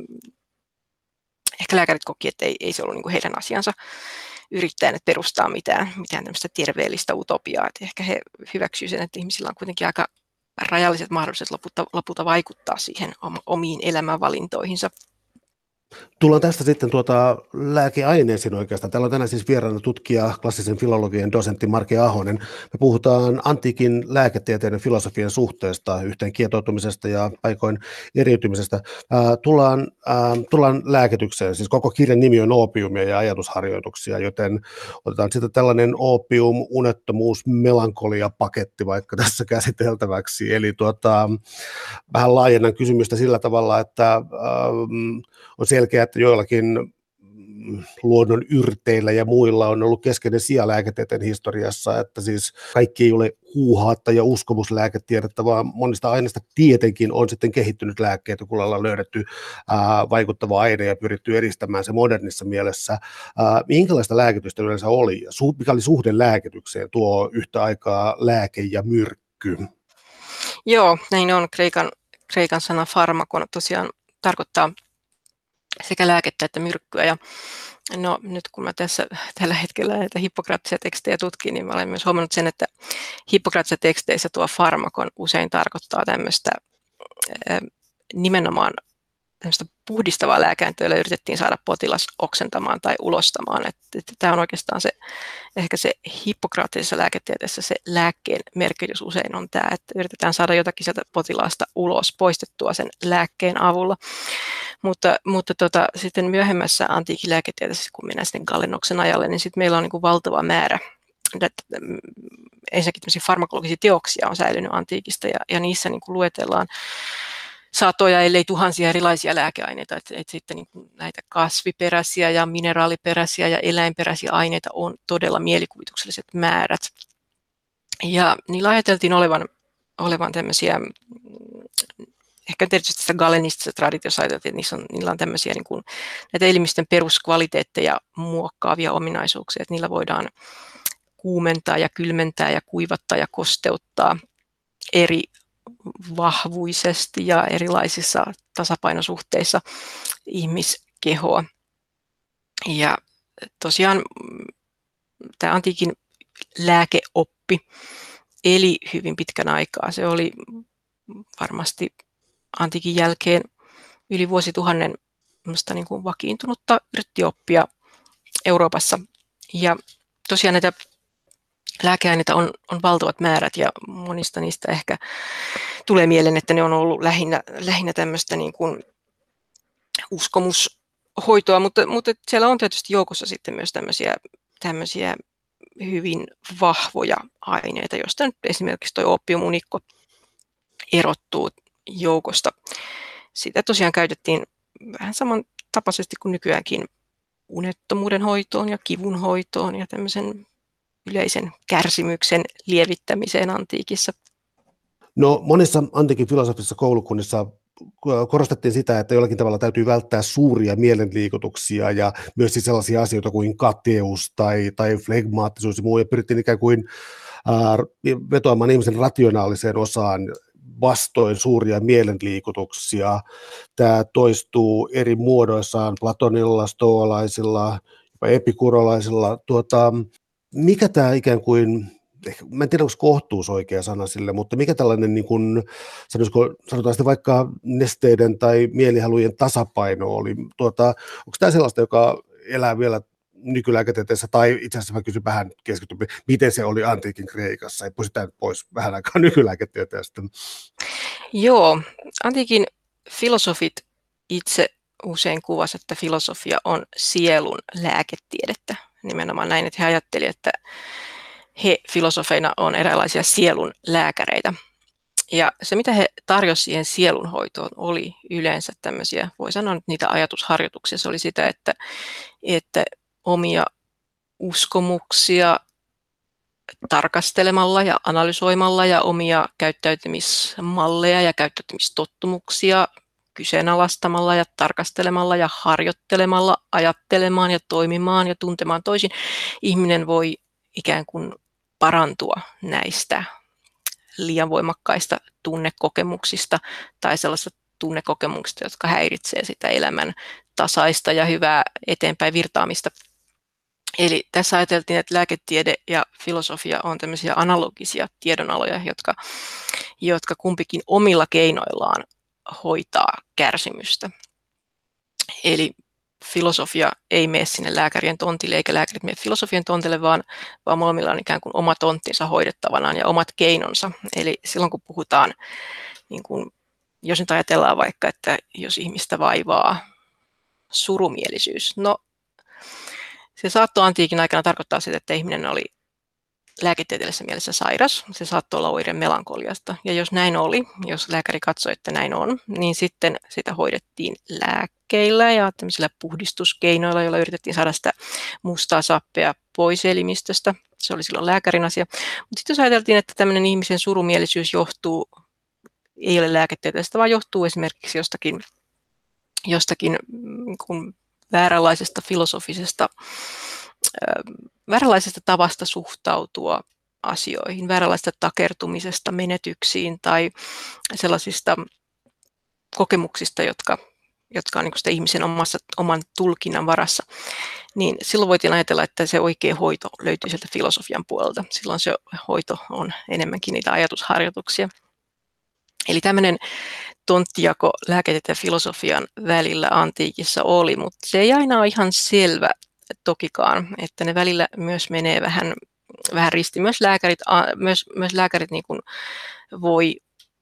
ehkä lääkärit koki, että ei, ei se ollut niin kuin heidän asiansa yrittää perustaa mitään, mitään tämmöistä terveellistä utopiaa. Että ehkä he hyväksyvät sen, että ihmisillä on kuitenkin aika rajalliset mahdollisuudet lopulta, lopulta vaikuttaa siihen omiin elämänvalintoihinsa. Tullaan tästä sitten tuota lääkeaineisiin oikeastaan. Täällä on tänään siis vieraana tutkija, klassisen filologian dosentti Marki Ahonen. Me puhutaan antiikin lääketieteen ja filosofian suhteesta, yhteen kietoutumisesta ja paikoin eriytymisestä. Äh, tullaan, äh, tullaan lääkitykseen, siis koko kirjan nimi on Oopiumia ja ajatusharjoituksia, joten otetaan sitten tällainen oopium, unettomuus, melankolia paketti vaikka tässä käsiteltäväksi. Eli tuota, vähän laajennan kysymystä sillä tavalla, että äh, on selkeä, että joillakin luonnon yrteillä ja muilla on ollut keskeinen sija lääketieteen historiassa, että siis kaikki ei ole huuhaatta ja uskomuslääketiedettä, vaan monista aineista tietenkin on sitten kehittynyt lääkkeitä, kun ollaan löydetty ää, vaikuttava aine ja pyritty edistämään se modernissa mielessä. Ää, minkälaista lääkitystä yleensä oli? Su- mikä oli suhde lääkitykseen, tuo yhtä aikaa lääke ja myrkky? Joo, näin on. Kreikan, kreikan sana farmakon tosiaan tarkoittaa sekä lääkettä että myrkkyä. Ja no nyt kun mä tässä tällä hetkellä näitä hippokraattisia tekstejä tutkin, niin mä olen myös huomannut sen, että hippokraattisissa teksteissä tuo farmakon usein tarkoittaa tämmöistä nimenomaan tämmöistä puhdistavaa lääkäintöä, jolla yritettiin saada potilas oksentamaan tai ulostamaan. Että, että tämä on oikeastaan se, ehkä se hippokraattisessa lääketieteessä se lääkkeen merkitys usein on tämä, että yritetään saada jotakin sieltä potilaasta ulos, poistettua sen lääkkeen avulla. Mutta, mutta tota, sitten myöhemmässä antiikin lääketieteessä, kun mennään sitten Gallenoksen ajalle, niin sitten meillä on niin kuin valtava määrä. Ensinnäkin tämmöisiä farmakologisia teoksia on säilynyt antiikista ja, ja niissä niin kuin luetellaan satoja, ellei tuhansia erilaisia lääkeaineita, että, että sitten niin kuin näitä kasviperäisiä ja mineraaliperäisiä ja eläinperäisiä aineita on todella mielikuvitukselliset määrät. Ja niillä ajateltiin olevan, olevan tämmöisiä, ehkä tietysti tässä gallenistisessa traditiossa ajateltiin, että niissä on, niillä on tämmöisiä niin kuin, näitä elimistön peruskvaliteetteja muokkaavia ominaisuuksia, että niillä voidaan kuumentaa ja kylmentää ja kuivattaa ja kosteuttaa eri vahvuisesti ja erilaisissa tasapainosuhteissa ihmiskehoa. Ja tosiaan tämä antiikin lääkeoppi eli hyvin pitkän aikaa. Se oli varmasti antiikin jälkeen yli vuosituhannen niin kuin vakiintunutta yrittioppia Euroopassa. Ja tosiaan näitä lääkeaineita on, on valtavat määrät ja monista niistä ehkä tulee mieleen, että ne on ollut lähinnä, lähinnä tämmöistä niin kuin uskomushoitoa, mutta, mutta siellä on tietysti joukossa sitten myös tämmöisiä, tämmöisiä hyvin vahvoja aineita, joista nyt esimerkiksi tuo oopiumunikko erottuu joukosta. Sitä tosiaan käytettiin vähän samantapaisesti kuin nykyäänkin unettomuuden hoitoon ja kivun hoitoon ja tämmöisen yleisen kärsimyksen lievittämiseen antiikissa. No, monissa antiikin filosofisissa koulukunnissa korostettiin sitä, että jollakin tavalla täytyy välttää suuria mielenliikutuksia ja myös siis sellaisia asioita kuin kateus tai, tai flegmaattisuus ja muu, ja pyrittiin ikään kuin ää, vetoamaan ihmisen rationaaliseen osaan vastoin suuria mielenliikutuksia. Tämä toistuu eri muodoissaan platonilla, stoalaisilla, jopa epikurolaisilla. Tuota, mikä tämä ikään kuin, mä en tiedä, onko kohtuus oikea sana sille, mutta mikä tällainen, niin kuin, sanoisiko, sanotaan sitten vaikka nesteiden tai mielihalujen tasapaino oli, tuota, onko tämä sellaista, joka elää vielä nykylääketieteessä, tai itse asiassa mä kysyn vähän keskittymään, miten se oli antiikin Kreikassa, ja pysytään pois vähän aikaa nykylääketieteestä. Joo, antiikin filosofit itse usein kuvasivat, että filosofia on sielun lääketiedettä. Nimenomaan näin, että he ajattelivat, että he filosofeina on eräänlaisia sielun lääkäreitä. Ja se, mitä he tarjosivat siihen sielunhoitoon, oli yleensä tämmöisiä, voi sanoa nyt niitä ajatusharjoituksia. Se oli sitä, että, että omia uskomuksia tarkastelemalla ja analysoimalla ja omia käyttäytymismalleja ja käyttäytymistottumuksia kyseenalaistamalla ja tarkastelemalla ja harjoittelemalla, ajattelemaan ja toimimaan ja tuntemaan toisin, ihminen voi ikään kuin parantua näistä liian voimakkaista tunnekokemuksista tai sellaisista tunnekokemuksista, jotka häiritsee sitä elämän tasaista ja hyvää eteenpäin virtaamista. Eli tässä ajateltiin, että lääketiede ja filosofia on tämmöisiä analogisia tiedonaloja, jotka, jotka kumpikin omilla keinoillaan hoitaa kärsimystä. Eli filosofia ei mene sinne lääkärien tontille, eikä lääkärit mene filosofian tontille, vaan, vaan molemmilla on ikään kuin oma tonttinsa hoidettavanaan ja omat keinonsa. Eli silloin kun puhutaan, niin kun, jos nyt ajatellaan vaikka, että jos ihmistä vaivaa surumielisyys, no se saattoi antiikin aikana tarkoittaa sitä, että ihminen oli lääketieteellisessä mielessä sairas. Se saattoi olla oire melankoliasta. Ja jos näin oli, jos lääkäri katsoi, että näin on, niin sitten sitä hoidettiin lääkkeillä ja tämmöisillä puhdistuskeinoilla, joilla yritettiin saada sitä mustaa sappea pois elimistöstä. Se oli silloin lääkärin asia. Mutta sitten jos ajateltiin, että tämmöinen ihmisen surumielisyys johtuu, ei ole lääketieteestä, vaan johtuu esimerkiksi jostakin, jostakin kun vääränlaisesta filosofisesta, vääränlaisesta tavasta suhtautua asioihin, vääränlaisesta takertumisesta menetyksiin tai sellaisista kokemuksista, jotka jotka on niin kuin sitä ihmisen omassa, oman tulkinnan varassa, niin silloin voitiin ajatella, että se oikea hoito löytyy sieltä filosofian puolelta. Silloin se hoito on enemmänkin niitä ajatusharjoituksia. Eli tämmöinen tonttijako lääketieteen ja filosofian välillä antiikissa oli, mutta se ei aina ole ihan selvä tokikaan, että ne välillä myös menee vähän, vähän risti. Myös lääkärit, myös, myös lääkärit niin kuin voi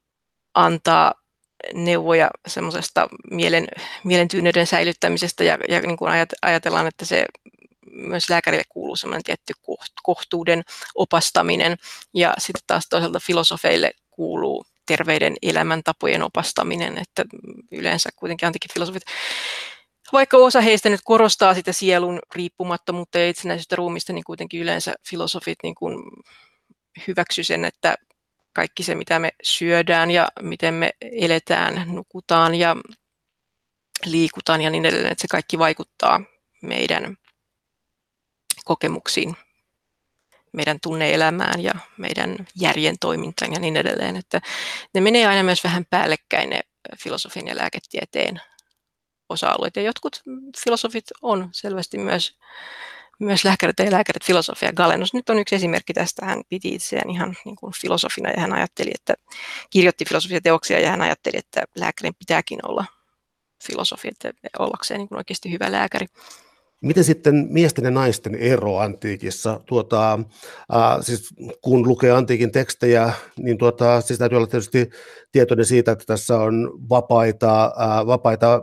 antaa neuvoja semmoisesta mielen, mielentyyneyden säilyttämisestä ja, ja niin kuin ajatellaan, että se myös lääkärille kuuluu semmoinen tietty kohtuuden opastaminen ja sitten taas toisaalta filosofeille kuuluu terveiden elämäntapojen opastaminen, että yleensä kuitenkin antiikin filosofit, vaikka osa heistä nyt korostaa sitä sielun riippumattomuutta ja itsenäisyyttä ruumista, niin kuitenkin yleensä filosofit niin kuin hyväksy sen, että kaikki se, mitä me syödään ja miten me eletään, nukutaan ja liikutaan ja niin edelleen, että se kaikki vaikuttaa meidän kokemuksiin, meidän tunne-elämään ja meidän järjen toimintaan ja niin edelleen. Että ne menee aina myös vähän päällekkäin ne filosofian ja lääketieteen osa-alueet. Ja jotkut filosofit on selvästi myös, myös lääkärit ja lääkärit filosofia. Galenos nyt on yksi esimerkki tästä. Hän piti itseään ihan niin kuin filosofina ja hän ajatteli, että kirjoitti filosofia teoksia ja hän ajatteli, että lääkärin pitääkin olla filosofi, että ollakseen niin kuin oikeasti hyvä lääkäri. Miten sitten miesten ja naisten ero antiikissa? Tuota, äh, siis kun lukee antiikin tekstejä, niin tuota, siis täytyy olla tietysti tietoinen siitä, että tässä on vapaita, äh, vapaita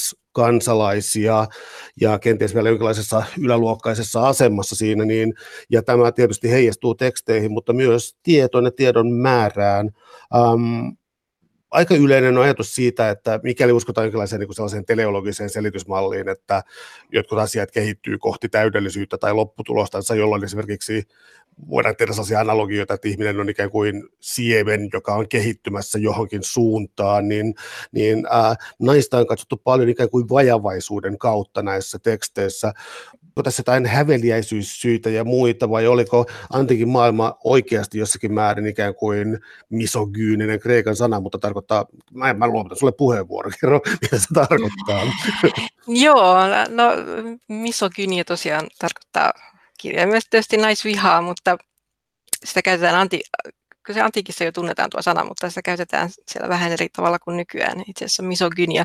mieskansalaisia ja kenties vielä jonkinlaisessa yläluokkaisessa asemassa siinä, niin, ja tämä tietysti heijastuu teksteihin, mutta myös tietoon ja tiedon määrään. Ähm, Aika yleinen on ajatus siitä, että mikäli uskotaan jonkinlaiseen niin kuin sellaiseen teleologiseen selitysmalliin, että jotkut asiat kehittyy kohti täydellisyyttä tai lopputulostansa, jolloin esimerkiksi voidaan tehdä sellaisia analogioita, että ihminen on ikään kuin siemen, joka on kehittymässä johonkin suuntaan, niin, niin ää, naista on katsottu paljon ikään kuin vajavaisuuden kautta näissä teksteissä. Onko tässä jotain häveliäisyyssyitä ja muita, vai oliko antiikin maailma oikeasti jossakin määrin ikään kuin misogyyninen kreikan sana, mutta tarkoittaa, mä, mä luovutan sulle puheenvuoro, kerro mitä se tarkoittaa. Joo, no misogynia tosiaan tarkoittaa kirjaimellisesti tietysti naisvihaa, mutta sitä käytetään, anti, kyllä se antiikissa jo tunnetaan tuo sana, mutta sitä käytetään siellä vähän eri tavalla kuin nykyään. Itse asiassa misogynia,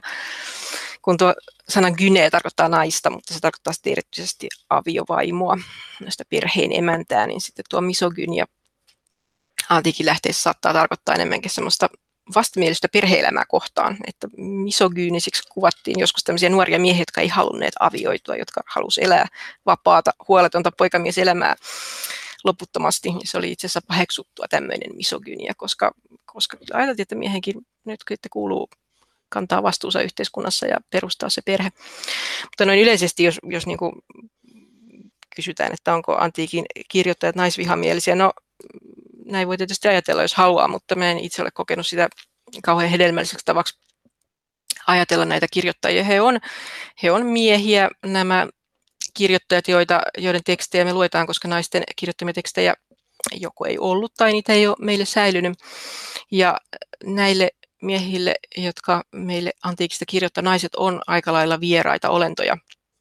kun tuo sana gyne tarkoittaa naista, mutta se tarkoittaa sitten erityisesti aviovaimoa, näistä perheen emäntää, niin sitten tuo misogynia antiikin lähteessä saattaa tarkoittaa enemmänkin semmoista vastamielistä perhe-elämää kohtaan, että misogyynisiksi kuvattiin joskus tämmöisiä nuoria miehiä, jotka ei halunneet avioitua, jotka halusivat elää vapaata, huoletonta poikamieselämää loputtomasti. Se oli itse asiassa paheksuttua tämmöinen misogynia, koska, koska ajateltiin, että miehenkin nyt että kuuluu kantaa vastuunsa yhteiskunnassa ja perustaa se perhe. Mutta noin yleisesti, jos, jos niin kuin kysytään, että onko antiikin kirjoittajat naisvihamielisiä, no näin voi tietysti ajatella, jos haluaa, mutta mä en itse ole kokenut sitä kauhean hedelmälliseksi tavaksi ajatella näitä kirjoittajia. He on, he on miehiä, nämä kirjoittajat, joita, joiden tekstejä me luetaan, koska naisten kirjoittamia tekstejä joko ei ollut tai niitä ei ole meille säilynyt. Ja näille miehille, jotka meille antiikista kirjoittaa, naiset on aika lailla vieraita olentoja.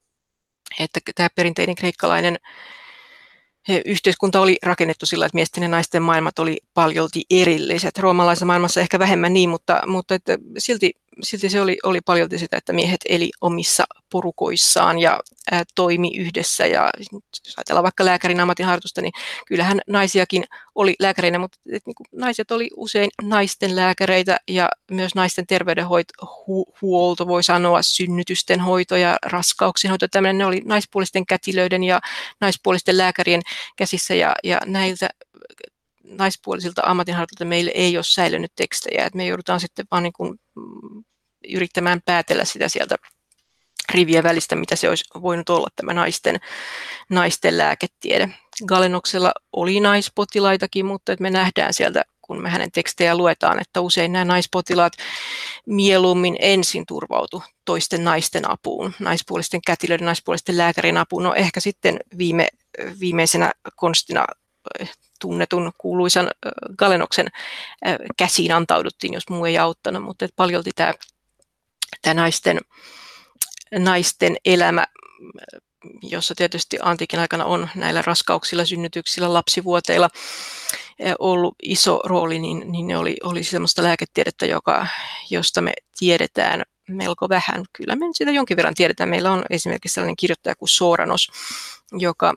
Että tämä perinteinen kreikkalainen yhteiskunta oli rakennettu sillä, että miesten ja naisten maailmat oli paljolti erilliset. Roomalaisessa maailmassa ehkä vähemmän niin, mutta, mutta että silti, silti se oli, oli paljolti sitä, että miehet eli omissa porukoissaan ja ää, toimi yhdessä. Ja jos ajatellaan vaikka lääkärin ammatinharjoitusta, niin kyllähän naisiakin oli lääkäreinä, mutta et, niin kuin, naiset oli usein naisten lääkäreitä ja myös naisten terveydenhuolto, voi sanoa, synnytysten hoito ja raskauksien hoito. Tällainen ne oli naispuolisten kätilöiden ja naispuolisten lääkärien käsissä ja, ja näiltä naispuolisilta ammatinharjoittajilta meille ei ole säilynyt tekstejä. Et me joudutaan sitten vaan niin kuin yrittämään päätellä sitä sieltä rivien välistä, mitä se olisi voinut olla tämä naisten, naisten lääketiede. Galenoksella oli naispotilaitakin, mutta me nähdään sieltä, kun me hänen tekstejä luetaan, että usein nämä naispotilaat mieluummin ensin turvautu toisten naisten apuun, naispuolisten kätilöiden, naispuolisten lääkärin apuun. No ehkä sitten viime, viimeisenä konstina tunnetun kuuluisan Galenoksen käsiin antauduttiin, jos muu ei auttanut, mutta paljolti tämä tämä naisten, naisten elämä, jossa tietysti antiikin aikana on näillä raskauksilla, synnytyksillä, lapsivuoteilla ollut iso rooli, niin, niin ne oli, oli sellaista lääketiedettä, joka, josta me tiedetään melko vähän. Kyllä me sitä jonkin verran tiedetään. Meillä on esimerkiksi sellainen kirjoittaja kuin Soranos, joka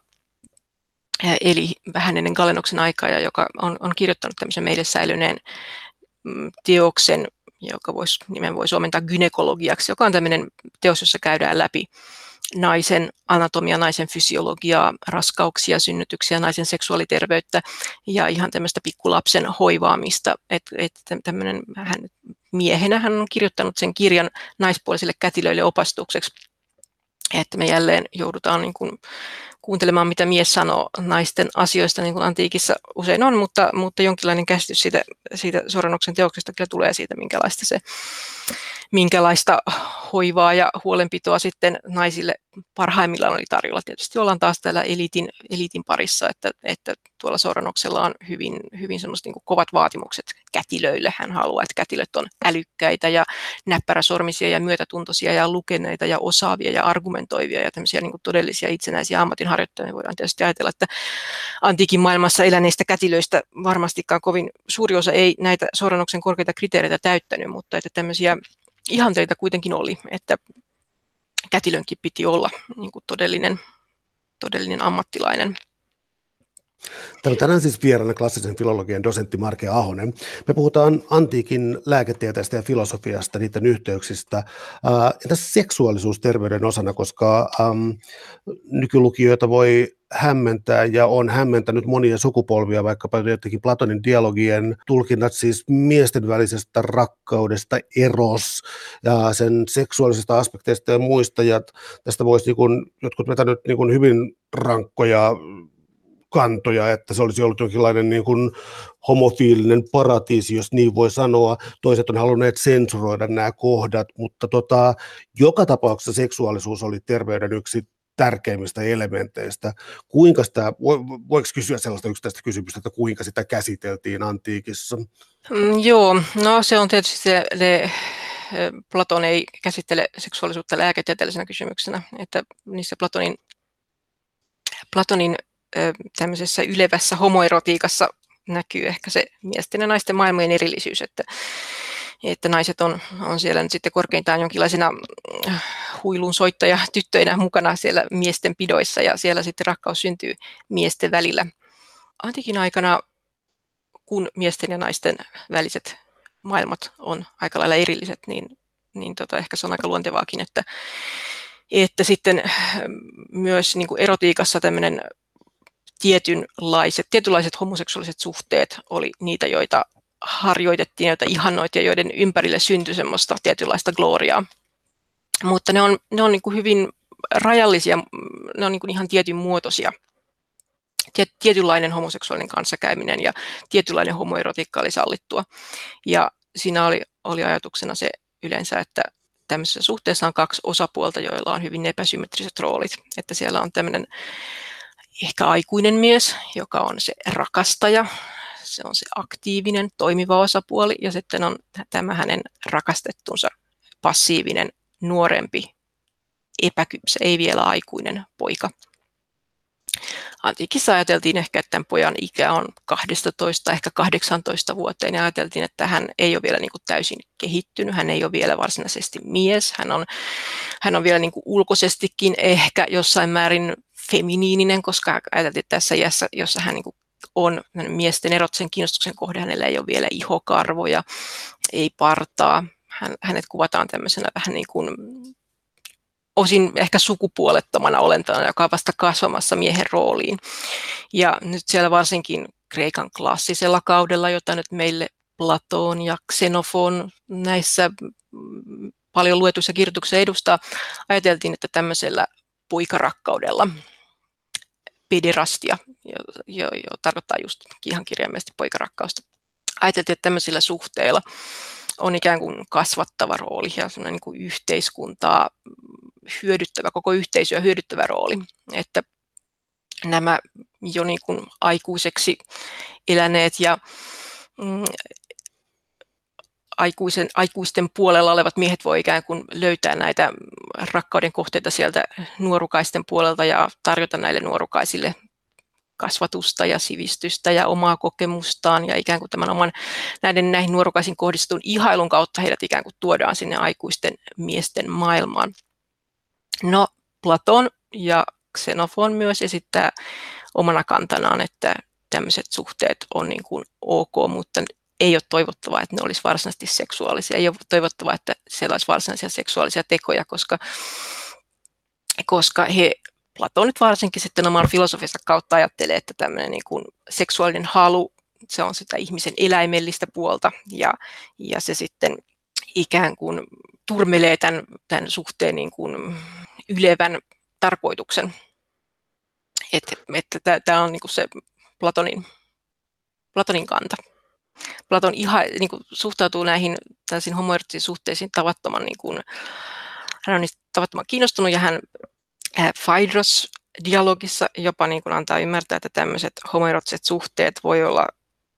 eli vähän ennen Galenoksen aikaa ja joka on, on kirjoittanut tämmöisen meille säilyneen teoksen, joka voisi, nimen voi suomentaa gynekologiaksi, joka on tämmöinen teos, jossa käydään läpi naisen anatomia, naisen fysiologiaa, raskauksia, synnytyksiä, naisen seksuaaliterveyttä ja ihan tämmöistä pikkulapsen hoivaamista. Et, et tämmöinen, hän, miehenä hän on kirjoittanut sen kirjan naispuolisille kätilöille opastukseksi, että me jälleen joudutaan niin kuin kuuntelemaan, mitä mies sanoo naisten asioista, niin kuin antiikissa usein on, mutta, mutta jonkinlainen käsitys siitä, siitä Soranoksen teoksesta kyllä tulee siitä, minkälaista, se, minkälaista hoivaa ja huolenpitoa sitten naisille parhaimmillaan oli tarjolla. Tietysti ollaan taas täällä eliitin, eliitin parissa, että, että tuolla Soranoksella on hyvin, hyvin semmoiset niin kuin kovat vaatimukset kätilöille. Hän haluaa, että kätilöt on älykkäitä ja näppäräsormisia ja myötätuntoisia ja lukeneita ja osaavia ja argumentoivia ja tämmöisiä niin kuin todellisia itsenäisiä ammatinharjoittajia. Me voidaan tietysti ajatella, että antiikin maailmassa eläneistä kätilöistä varmastikaan kovin suuri osa ei näitä Soranoksen korkeita kriteereitä täyttänyt, mutta että tämmöisiä ihanteita kuitenkin oli, että kätilönkin piti olla niin kuin todellinen, todellinen ammattilainen. Täällä on tänään siis vieraana klassisen filologian dosentti Marke Ahonen. Me puhutaan antiikin lääketieteestä ja filosofiasta, niiden yhteyksistä. Entäs seksuaalisuus terveyden osana, koska ähm, nykylukijoita voi hämmentää ja on hämmentänyt monia sukupolvia, vaikkapa jotenkin Platonin dialogien tulkinnat siis miesten välisestä rakkaudesta, eros ja sen seksuaalisesta aspekteista ja muista. Ja tästä voisi niin kuin, jotkut vetänyt niin kuin hyvin rankkoja kantoja, että se olisi ollut jonkinlainen niin kuin homofiilinen paratiisi, jos niin voi sanoa. Toiset on halunneet sensuroida nämä kohdat, mutta tota, joka tapauksessa seksuaalisuus oli terveyden yksi tärkeimmistä elementeistä. Kuinka sitä, voiko kysyä sellaista yksittäistä kysymystä, että kuinka sitä käsiteltiin antiikissa? Mm, joo, no se on tietysti se, se Platon ei käsittele seksuaalisuutta lääketieteellisenä kysymyksenä, että niissä Platonin, Platonin tämmöisessä ylevässä homoerotiikassa näkyy ehkä se miesten ja naisten maailmojen erillisyys, että, että naiset on, on siellä nyt sitten korkeintaan jonkinlaisina huilun soittajatyttöinä mukana siellä miesten pidoissa ja siellä sitten rakkaus syntyy miesten välillä. Antiikin aikana, kun miesten ja naisten väliset maailmat on aika lailla erilliset, niin, niin tota, ehkä se on aika luontevaakin, että, että sitten myös niin kuin erotiikassa tämmöinen tietynlaiset, tietynlaiset homoseksuaaliset suhteet oli niitä, joita harjoitettiin, joita ihannoitiin ja joiden ympärille syntyi semmoista tietynlaista gloriaa. Mutta ne on, ne on niin kuin hyvin rajallisia, ne on niin kuin ihan tietyn muotoisia. Tietynlainen homoseksuaalinen kanssakäyminen ja tietynlainen homoerotiikka oli sallittua. Ja siinä oli, oli ajatuksena se yleensä, että tämmöisessä suhteessa on kaksi osapuolta, joilla on hyvin epäsymmetriset roolit. Että siellä on tämmöinen ehkä aikuinen mies, joka on se rakastaja, se on se aktiivinen, toimiva osapuoli, ja sitten on tämä hänen rakastettunsa passiivinen, nuorempi, epäkypsä, ei vielä aikuinen poika. Antiikissa ajateltiin ehkä, että tämän pojan ikä on kaksitoista, ehkä kahdeksantoista vuoteen, ja ajateltiin, että hän ei ole vielä niin kuin täysin kehittynyt, hän ei ole vielä varsinaisesti mies, hän on, hän on vielä niin kuin ulkoisestikin ehkä jossain määrin feminiininen, koska ajateltiin, että tässä iässä, jossa hän niin kuin on miesten erotisen kiinnostuksen kohde, hänellä ei ole vielä ihokarvoja, ei partaa, hän, hänet kuvataan tämmöisenä vähän niin kuin osin ehkä sukupuolettomana olentona, joka on vasta kasvamassa miehen rooliin. Ja nyt siellä varsinkin Kreikan klassisella kaudella, jota nyt meille Platon ja Xenofon näissä paljon luetuissa kirjoituksissa edustaa, ajateltiin, että tämmöisellä poikarakkaudella, pederastia, jo, jo, jo tarkoittaa just ihan kirjaimellisesti poikarakkausta, ajateltiin, että tämmöisillä suhteilla on ikään kuin kasvattava rooli ja semmoinen niin kuin yhteiskuntaa hyödyttävä, koko yhteisöä hyödyttävä rooli, että nämä jo niin kuin aikuiseksi eläneet ja mm, aikuisen, aikuisten puolella olevat miehet voi ikään kuin löytää näitä rakkauden kohteita sieltä nuorukaisten puolelta ja tarjota näille nuorukaisille kasvatusta ja sivistystä ja omaa kokemustaan ja ikään kuin tämän oman näiden näihin nuorukaisiin kohdistetun ihailun kautta heidät ikään kuin tuodaan sinne aikuisten miesten maailmaan. No, Platon ja Xenofon myös esittää omana kantanaan, että tämmöiset suhteet on niin kuin ok, mutta ei ole toivottavaa, että ne olisi varsinaisesti seksuaalisia. Ei ole toivottavaa, että siellä olisi varsinaisia seksuaalisia tekoja, koska, koska he, Platon nyt varsinkin sitten oman filosofiansa kautta ajattelee, että tämmöinen niin kuin seksuaalinen halu, se on sitä ihmisen eläimellistä puolta ja, ja se sitten ikään kuin turmelee tämän, tämän suhteen niin kuin ylevän tarkoituksen. Että, että tämä on niin kuin se Platonin, Platonin kanta. Platon iha, niin kuin, suhtautuu näihin tällaisiin homoeroottisiin suhteisiin tavattoman, niin kuin, hän on niistä tavattoman kiinnostunut ja hän äh, Phaedros-dialogissa jopa niin kuin, antaa ymmärtää, että tämmöiset homoeroottiset suhteet voi olla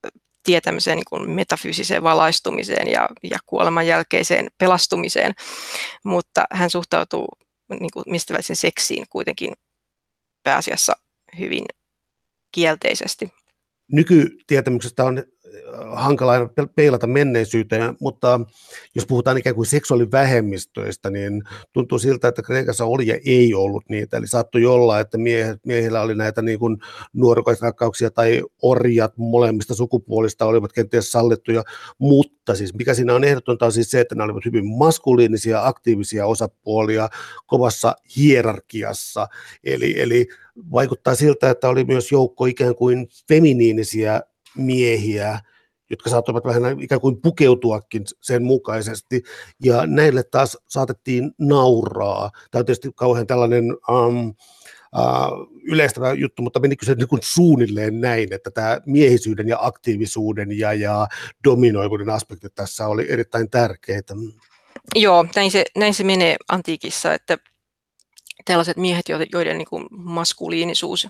tie tämmöiseen niin kuin metafyysiseen valaistumiseen ja, ja kuoleman jälkeiseen pelastumiseen, mutta hän suhtautuu niin kuin, mistä seksiin kuitenkin pääasiassa hyvin kielteisesti. Nykytietämyksestä on hankala aina peilata menneisyyteen, mutta jos puhutaan ikään kuin seksuaalivähemmistöistä, niin tuntuu siltä, että Kreikassa oli ja ei ollut niitä. Eli saattoi olla, että miehet, miehillä oli näitä niin kuin nuorukaisrakkauksia tai orjat molemmista sukupuolista olivat kenties sallittuja, mutta siis mikä siinä on ehdotonta on siis se, että ne olivat hyvin maskuliinisia, aktiivisia osapuolia kovassa hierarkiassa. Eli, eli vaikuttaa siltä, että oli myös joukko ikään kuin feminiinisiä miehiä, jotka saattoivat vähän ikään kuin pukeutuakin sen mukaisesti, ja näille taas saatettiin nauraa. Tämä on tietysti kauhean tällainen um, uh, yleistävä juttu, mutta menikö se niin kuin suunnilleen näin, että tämä miehisyyden ja aktiivisuuden ja, ja dominoivuuden aspektit tässä oli erittäin tärkeitä. Joo, näin se, näin se menee antiikissa, että tällaiset miehet, joiden niin kuin maskuliinisuus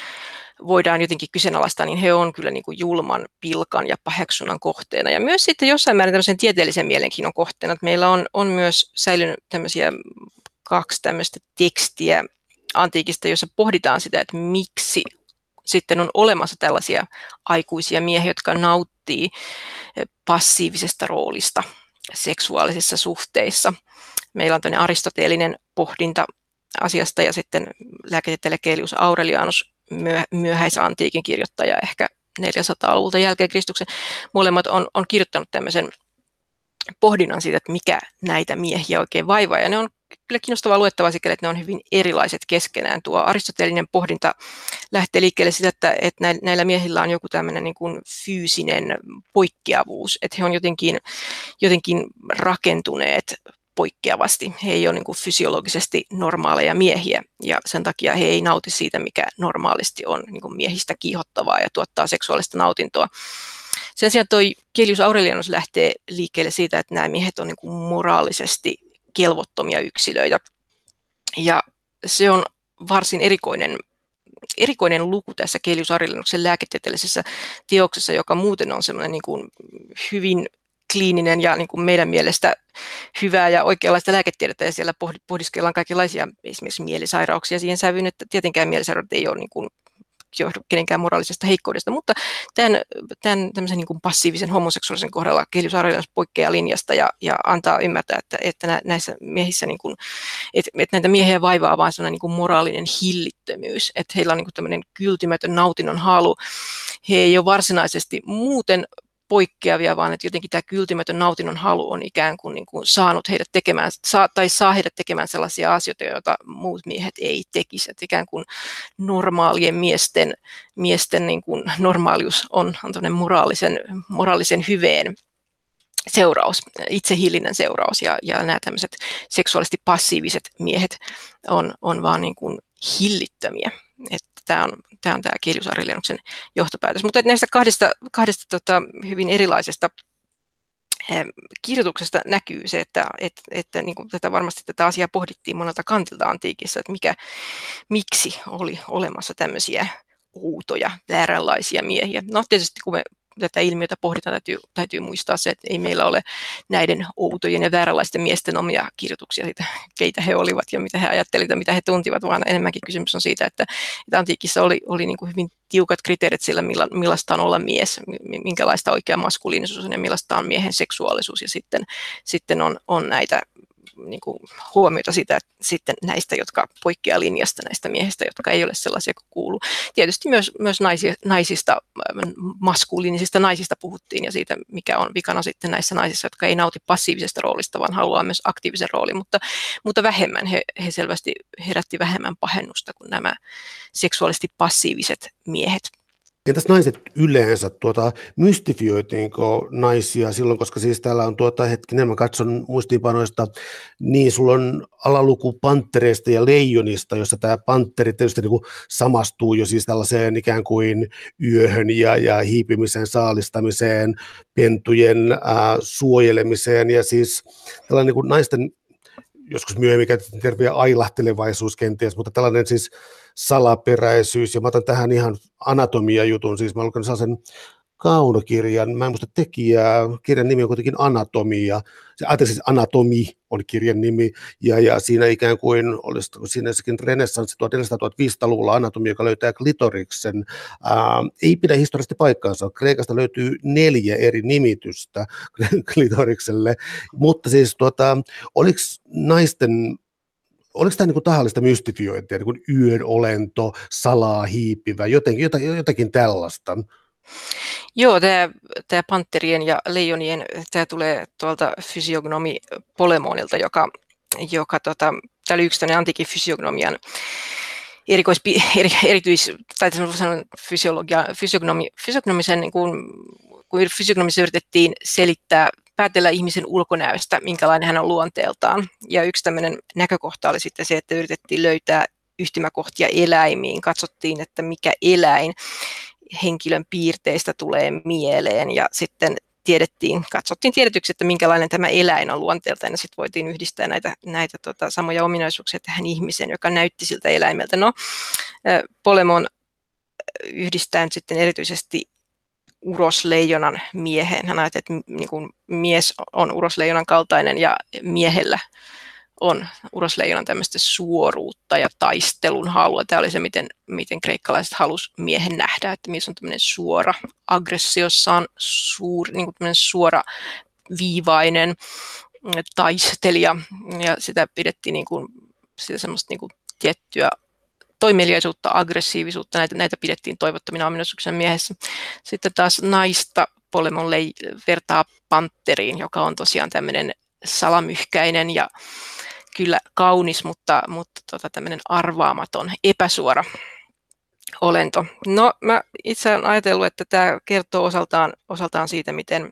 voidaan jotenkin kyseenalaistaa, niin he on kyllä niin kuin julman pilkan ja paheksunnan kohteena. Ja myös sitten jossain määrin tämmöisen tieteellisen mielenkiinnon kohteena. Että meillä on, on myös säilynyt tämmöisiä kaksi tämmöistä tekstiä antiikista, jossa pohditaan sitä, että miksi sitten on olemassa tällaisia aikuisia miehiä, jotka nauttii passiivisesta roolista seksuaalisissa suhteissa. Meillä on tämmöinen aristoteelinen pohdinta asiasta ja sitten lääketieteilijä Caelius Aurelianus, myöhäisantiikin kirjoittaja ehkä neljäsataaluvulta jälkeen Kristuksen. Molemmat on, on kirjoittanut tämmöisen pohdinnan siitä, että mikä näitä miehiä oikein vaivaa. Ja ne on kyllä kiinnostavaa luettavaa sikäli, että ne on hyvin erilaiset keskenään. Tuo aristoteelinen pohdinta lähtee liikkeelle siitä, että, että näillä miehillä on joku tämmöinen niin kuin fyysinen poikkeavuus, että he on jotenkin, jotenkin rakentuneet poikkeavasti. He ei ole niin kuin fysiologisesti normaaleja miehiä ja sen takia he ei nauti siitä, mikä normaalisti on niin kuin miehistä kiihottavaa ja tuottaa seksuaalista nautintoa. Sen sijaan toi Caelius Aurelianus lähtee liikkeelle siitä, että nämä miehet on niin kuin moraalisesti kelvottomia yksilöitä. Ja se on varsin erikoinen, erikoinen luku tässä Caelius Aurelianuksen lääketieteellisessä teoksessa, joka muuten on semmoinen niin kuin hyvin kliininen ja niin kuin meidän mielestä hyvää ja oikeanlaista lääketiedettä, ja siellä pohdiskellaan kaikenlaisia esimerkiksi mielisairauksia siihen sävyyn, että tietenkään mielisairaudet ei ole niin kuin johdu kenenkään moraalisesta heikkoudesta, mutta tämän, tämän tämmöisen niin kuin passiivisen homoseksuaalisen kohdalla Caelius Aurelianus poikkeaa linjasta ja, ja antaa ymmärtää, että, että näissä miehissä, niin kuin, että, että näitä miehiä vaivaa vaan sellainen niin kuin moraalinen hillittömyys, että heillä on niin kuin tämmöinen kyltymätön nautinnon halu. He ei ole varsinaisesti muuten poikkeavia, vaan että jotenkin tämä kyltymätön nautinnon halu on ikään kuin, niin kuin saanut heidät tekemään, saa, tai saa heidät tekemään sellaisia asioita, joita muut miehet ei tekisi. Että ikään kuin normaalien miesten, miesten niin kuin normaalius on, on moraalisen, moraalisen hyveen seuraus, itsehillinen seuraus, ja, ja nämä tämmöiset seksuaalisesti passiiviset miehet on, on vaan niin kuin hillittömiä. Että tämä on tämä on tämä Caelius Aurelianuksen johtopäätös. Mutta näistä kahdesta, kahdesta tota, hyvin erilaisesta eh, kirjoituksesta näkyy se, että, että, että niin kuin tätä varmasti tätä asiaa pohdittiin monelta kantilta antiikissa, että mikä, miksi oli olemassa tämmöisiä outoja, vääränlaisia miehiä. No tietysti kun me tätä ilmiötä pohditaan, täytyy, täytyy muistaa se, että ei meillä ole näiden outojen ja vääränlaisten miesten omia kirjoituksia siitä, keitä he olivat ja mitä he ajattelivat ja mitä he tuntivat, vaan enemmänkin kysymys on siitä, että, että antiikissa oli, oli niin kuin hyvin tiukat kriteerit sillä, milla, millaista on olla mies, minkälaista oikea maskuliinisuus on ja millaista on miehen seksuaalisuus, ja sitten, sitten on, on näitä niin kuin huomiota sitä, sitten näistä, jotka poikkeaa linjasta, näistä miehistä, jotka ei ole sellaisia kuin kuuluu. Tietysti myös, myös naisista, naisista, maskuliinisista naisista puhuttiin ja siitä, mikä on vikana sitten näissä naisissa, jotka ei nauti passiivisesta roolista, vaan haluaa myös aktiivisen roolin, mutta, mutta vähemmän. He, he selvästi herätti vähemmän pahennusta kuin nämä seksuaalisesti passiiviset miehet. Entäs naiset yleensä, tuota, mystifioitiinko naisia silloin, koska siis täällä on tuota, hetkinen, mä katson muistiinpanoista, niin sulla on alaluku panttereista ja leijonista, jossa tämä pantteri tietysti niin kuin samastuu jo siis tällaiseen ikään kuin yöhön ja, ja hiipimiseen, saalistamiseen, pentujen ää, suojelemiseen ja siis tällainen niin kuin naisten, joskus myöhemmin käytettiin termiä ailahtelevaisuus kenties, mutta tällainen siis salaperäisyys, ja mä otan tähän ihan anatomia-jutun, siis mä luken sellaisen kaunokirjan, mä en muista tekijää, kirjan nimi on kuitenkin Anatomia, se, siis Anatomi on kirjan nimi, ja, ja siinä ikään kuin olisi siinä renessanssi tuhatneljäsataa-tuhatviisisataa-luvulla anatomia, joka löytää klitoriksen, ää, ei pidä historiallisesti paikkaansa, Kreikasta löytyy neljä eri nimitystä klitorikselle, mutta siis tuota, oliko naisten Oliko tämä niin kuin tahallista mystifiointia, niin kuin yön olento, salaa hiipivä, jotenkin, jotakin, jotakin tällaista? Joo, tämä, tämä pantterien ja leijonien, tämä tulee tuolta fysiognomi Polemonilta, joka, joka tota, tämä oli yksi tämmöinen antiikin fysiognomian erikois, eri, erityis, tai sanoa fysiologia, fysiognomi, fysiognomisen, niin kuin, kun fysiognomissa yritettiin selittää, päätellä ihmisen ulkonäöstä, minkälainen hän on luonteeltaan. Ja yksi tämmöinen näkökohta oli sitten se, että yritettiin löytää yhtymäkohtia eläimiin. Katsottiin, että mikä eläin henkilön piirteistä tulee mieleen. Ja sitten tiedettiin, katsottiin tiedetyksi, että minkälainen tämä eläin on luonteeltaan. Ja sitten voitiin yhdistää näitä, näitä tota, samoja ominaisuuksia tähän ihmiseen, joka näytti siltä eläimeltä. No, Polemon yhdistää sitten erityisesti urosleijonan mieheen. Hän ajatteli, että niin kuin mies on urosleijonan kaltainen ja miehellä on urosleijonan tämmöistä suoruutta ja taistelun halua. Tämä oli se, miten, miten kreikkalaiset halusivat miehen nähdä, että mies on tämmöinen suora, aggressiossaan suur, niin kuin tämmöinen suora viivainen taistelija, ja sitä pidettiin niin kuin, sitä semmoista niin kuin tiettyä toimeliaisuutta, aggressiivisuutta, näitä, näitä pidettiin toivottomina ominaisuuksien miehessä. Sitten taas naista Polemon vertaa pantteriin, joka on tosiaan tämmöinen salamyhkäinen ja kyllä kaunis, mutta, mutta tota, tämmöinen arvaamaton, epäsuora olento. No, mä itse olen ajatellut, että tämä kertoo osaltaan, osaltaan siitä, miten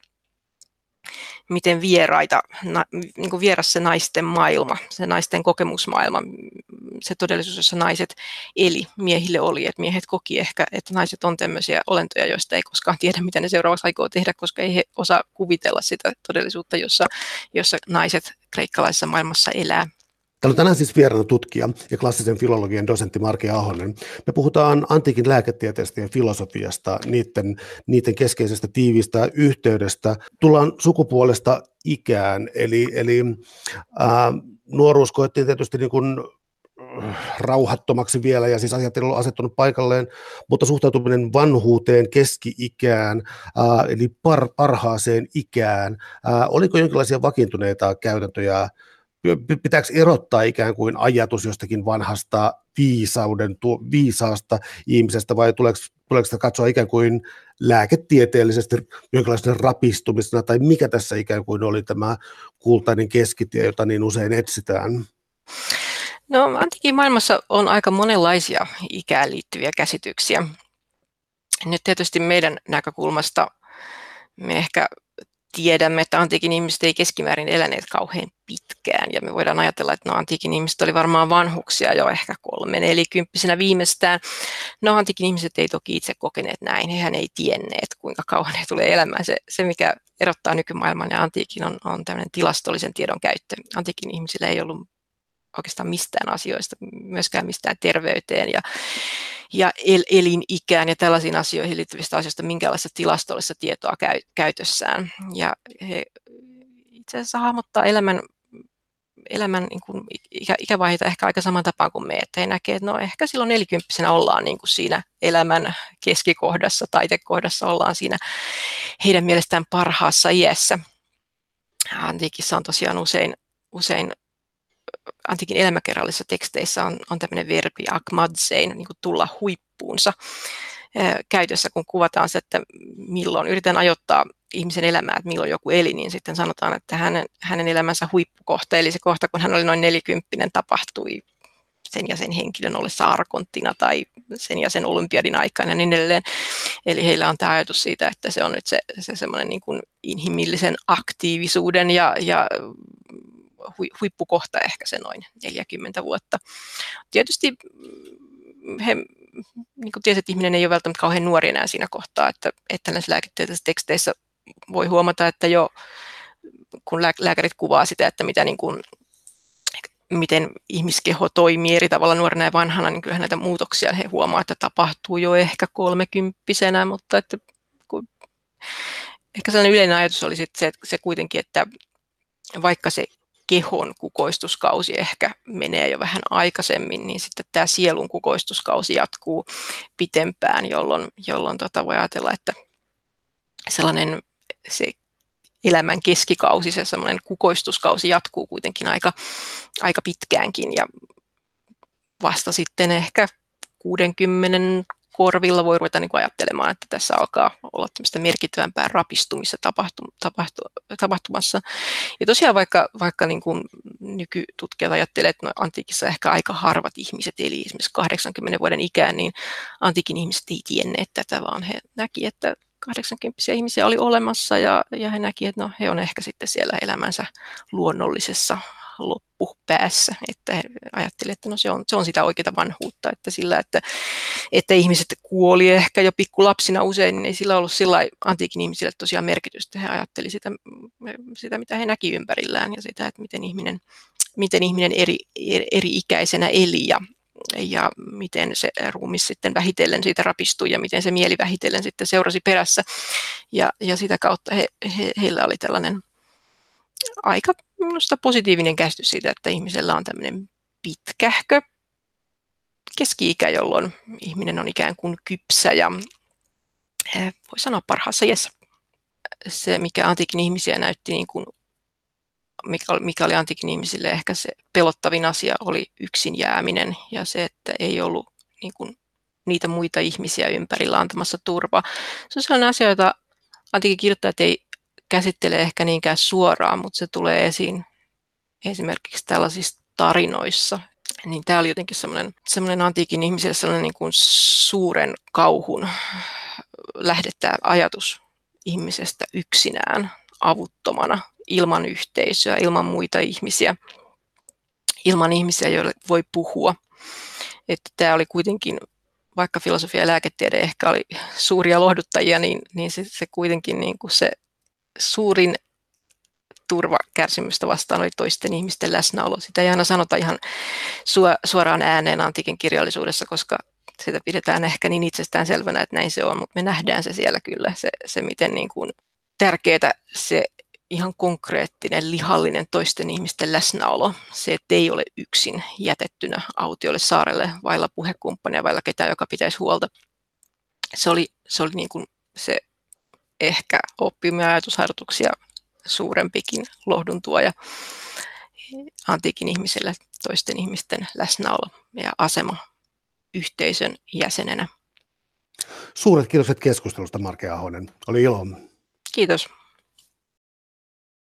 miten vieraita, na, niin kuin vieras se naisten maailma, se naisten kokemusmaailma, se todellisuus, jossa naiset eli, miehille oli, että miehet koki ehkä, että naiset on tämmöisiä olentoja, joista ei koskaan tiedä, mitä ne seuraavaksi aikoo tehdä, koska ei he osaa kuvitella sitä todellisuutta, jossa, jossa naiset kreikkalaisessa maailmassa elää. Täällä on tänään siis vieraana tutkija ja klassisen filologian dosentti Marki Ahonen. Me puhutaan antiikin lääketieteestä ja filosofiasta, niiden, niiden keskeisestä tiivistä yhteydestä. Tullaan sukupuolesta ikään, eli, eli ää, nuoruus koettiin tietysti niin kuin rauhattomaksi vielä, ja siis asiat ei ollut asettunut paikalleen, mutta suhtautuminen vanhuuteen, keski-ikään, ää, eli par, parhaaseen ikään, ää, oliko jonkinlaisia vakiintuneita käytäntöjä? Pitääkö erottaa ikään kuin ajatus jostakin vanhasta viisauden, viisaasta ihmisestä, vai tuleeko, tuleeko sitä katsoa ikään kuin lääketieteellisesti jonkinlaisena rapistumisena, tai mikä tässä ikään kuin oli tämä kultainen keskitie, jota niin usein etsitään? No, antiikin maailmassa on aika monenlaisia ikään liittyviä käsityksiä. Nyt tietysti meidän näkökulmasta me ehkä tiedämme, että antiikin ihmiset ei keskimäärin eläneet kauhean pitkään, ja me voidaan ajatella, että no, antiikin ihmiset oli varmaan vanhuksia jo ehkä kolme, nelikymppisenä viimeistään. No, antiikin ihmiset ei toki itse kokeneet näin, hehän ei tienneet, kuinka kauan he tulee elämään. Se, se mikä erottaa nykymaailman ja antiikin, on, on tämmöinen tilastollisen tiedon käyttö. Antiikin ihmisillä ei ollut oikeastaan mistään asioista, myöskään mistään terveyteen ja, ja el- elinikään ja tällaisiin asioihin liittyvistä asioista minkälaista tilastollista tietoa käy- käytössään. Ja he itse asiassa hahmottaa elämän, elämän niin kuin ikä, ikävaiheita ehkä aika saman tapaan kuin me, että he näkee, että no ehkä silloin nelikymppisenä ollaan niin kuin siinä elämän keskikohdassa, taitekohdassa ollaan siinä heidän mielestään parhaassa iässä. Antiikissa on tosiaan usein, usein antiikin elämäkerrallisissa teksteissä on, on tämmöinen verbi akmadsein, niin kuin tulla huippuunsa käytössä, kun kuvataan se, että milloin yritetään ajoittaa ihmisen elämää, että milloin joku eli, niin sitten sanotaan, että hänen, hänen elämänsä huippukohta, eli se kohta, kun hän oli noin nelikymppinen, tapahtui sen ja sen henkilön ollessa arkonttina tai sen ja sen olympiadin aikana ja niin edelleen. Eli heillä on tämä ajatus siitä, että se on nyt se, se semmoinen niin kuin inhimillisen aktiivisuuden ja, ja huippukohta ehkä se noin neljäkymmentä vuotta. Tietysti he niin kuin tiesi, että ihminen ei ole välttämättä kauhean nuori enää siinä kohtaa, että, että näissä lääketieteellisissä teksteissä voi huomata, että jo kun lääkärit kuvaa sitä, että mitä niin kuin, miten ihmiskeho toimii eri tavalla nuorena ja vanhana, niin kyllähän näitä muutoksia he huomaa, että tapahtuu jo ehkä kolmekymppisenä, mutta että kun, ehkä sellainen yleinen ajatus oli sit se, se kuitenkin, että vaikka se kehon kukoistuskausi ehkä menee jo vähän aikaisemmin, niin sitten tämä sielun kukoistuskausi jatkuu pitempään, jolloin, jolloin tota voi ajatella, että sellainen se elämän keskikausi, se semmoinen kukoistuskausi jatkuu kuitenkin aika, aika pitkäänkin ja vasta sitten ehkä kuudenkymmenen korvilla voi ruveta niin kuin ajattelemaan, että tässä alkaa olla tämmöistä merkittävämpää rapistumista tapahtu, tapahtu, tapahtumassa. Ja tosiaan vaikka, vaikka niin kuin nykytutkijat ajattelee, että no antiikissa ehkä aika harvat ihmiset eli esimerkiksi kahdeksankymmenen vuoden ikään, niin antiikin ihmiset ei tienneet tätä, vaan he näki, että kahdeksankymppisiä ihmisiä oli olemassa ja, ja he näki, että no, he on ehkä sitten siellä elämänsä luonnollisessa loppupäässä, että he ajattelivat, että no se on, se on sitä oikeaa vanhuutta, että sillä, että, että ihmiset kuoli ehkä jo pikkulapsina usein, niin ei sillä ollut sillä antiikin ihmisille tosiaan merkitystä. He ajattelivat sitä, sitä, mitä he näki ympärillään ja sitä, että miten ihminen, miten ihminen eri, eri ikäisenä eli ja ja miten se ruumis sitten vähitellen siitä rapistui ja miten se mieli vähitellen sitten seurasi perässä. Ja, ja sitä kautta he, he, heillä oli tällainen aika minusta positiivinen käsitys siitä, että ihmisellä on tämmöinen pitkähkö keski-ikä, jolloin ihminen on ikään kuin kypsä ja voi sanoa parhaassa iässä. Se, mikä antiikin ihmisiä näytti, niin kuin, mikä, mikä oli antiikin ihmisille ehkä se pelottavin asia, oli yksin jääminen ja se, että ei ollut niin kuin, niitä muita ihmisiä ympärillä antamassa turvaa. Se on sellainen asia, jota antiikin kirjoittajat ei käsittele ehkä niinkään suoraan, mutta se tulee esiin esimerkiksi tällaisissa tarinoissa. Niin tämä oli jotenkin semmoinen, semmoinen antiikin ihmiselle sellainen niin kuin suuren kauhun lähdettää ajatus ihmisestä yksinään, avuttomana, ilman yhteisöä, ilman muita ihmisiä, ilman ihmisiä, joille voi puhua. Että tämä oli kuitenkin, vaikka filosofia ja lääketiede ehkä oli suuria lohduttajia, niin, niin se, se kuitenkin niin kuin se suurin turva kärsimystä vastaan oli toisten ihmisten läsnäolo. Sitä ei aina sanota ihan suoraan ääneen antiikin kirjallisuudessa, koska sitä pidetään ehkä niin itsestään selvänä, että näin se on, mutta me nähdään se siellä kyllä, se, se miten niin kuin tärkeää se ihan konkreettinen, lihallinen toisten ihmisten läsnäolo, se, että ei ole yksin jätettynä autiolle saarelle vailla puhekumppania, vailla ketään, joka pitäisi huolta. Se oli, se oli niin kuin se ehkä oppiumia ajatusharjoituksia suurempikin lohdun tuoja antiikin ihmisille, toisten ihmisten läsnäolo ja asema yhteisön jäsenenä. Suuret kiitokset keskustelusta, Marke Ahonen. Oli ilo. Kiitos.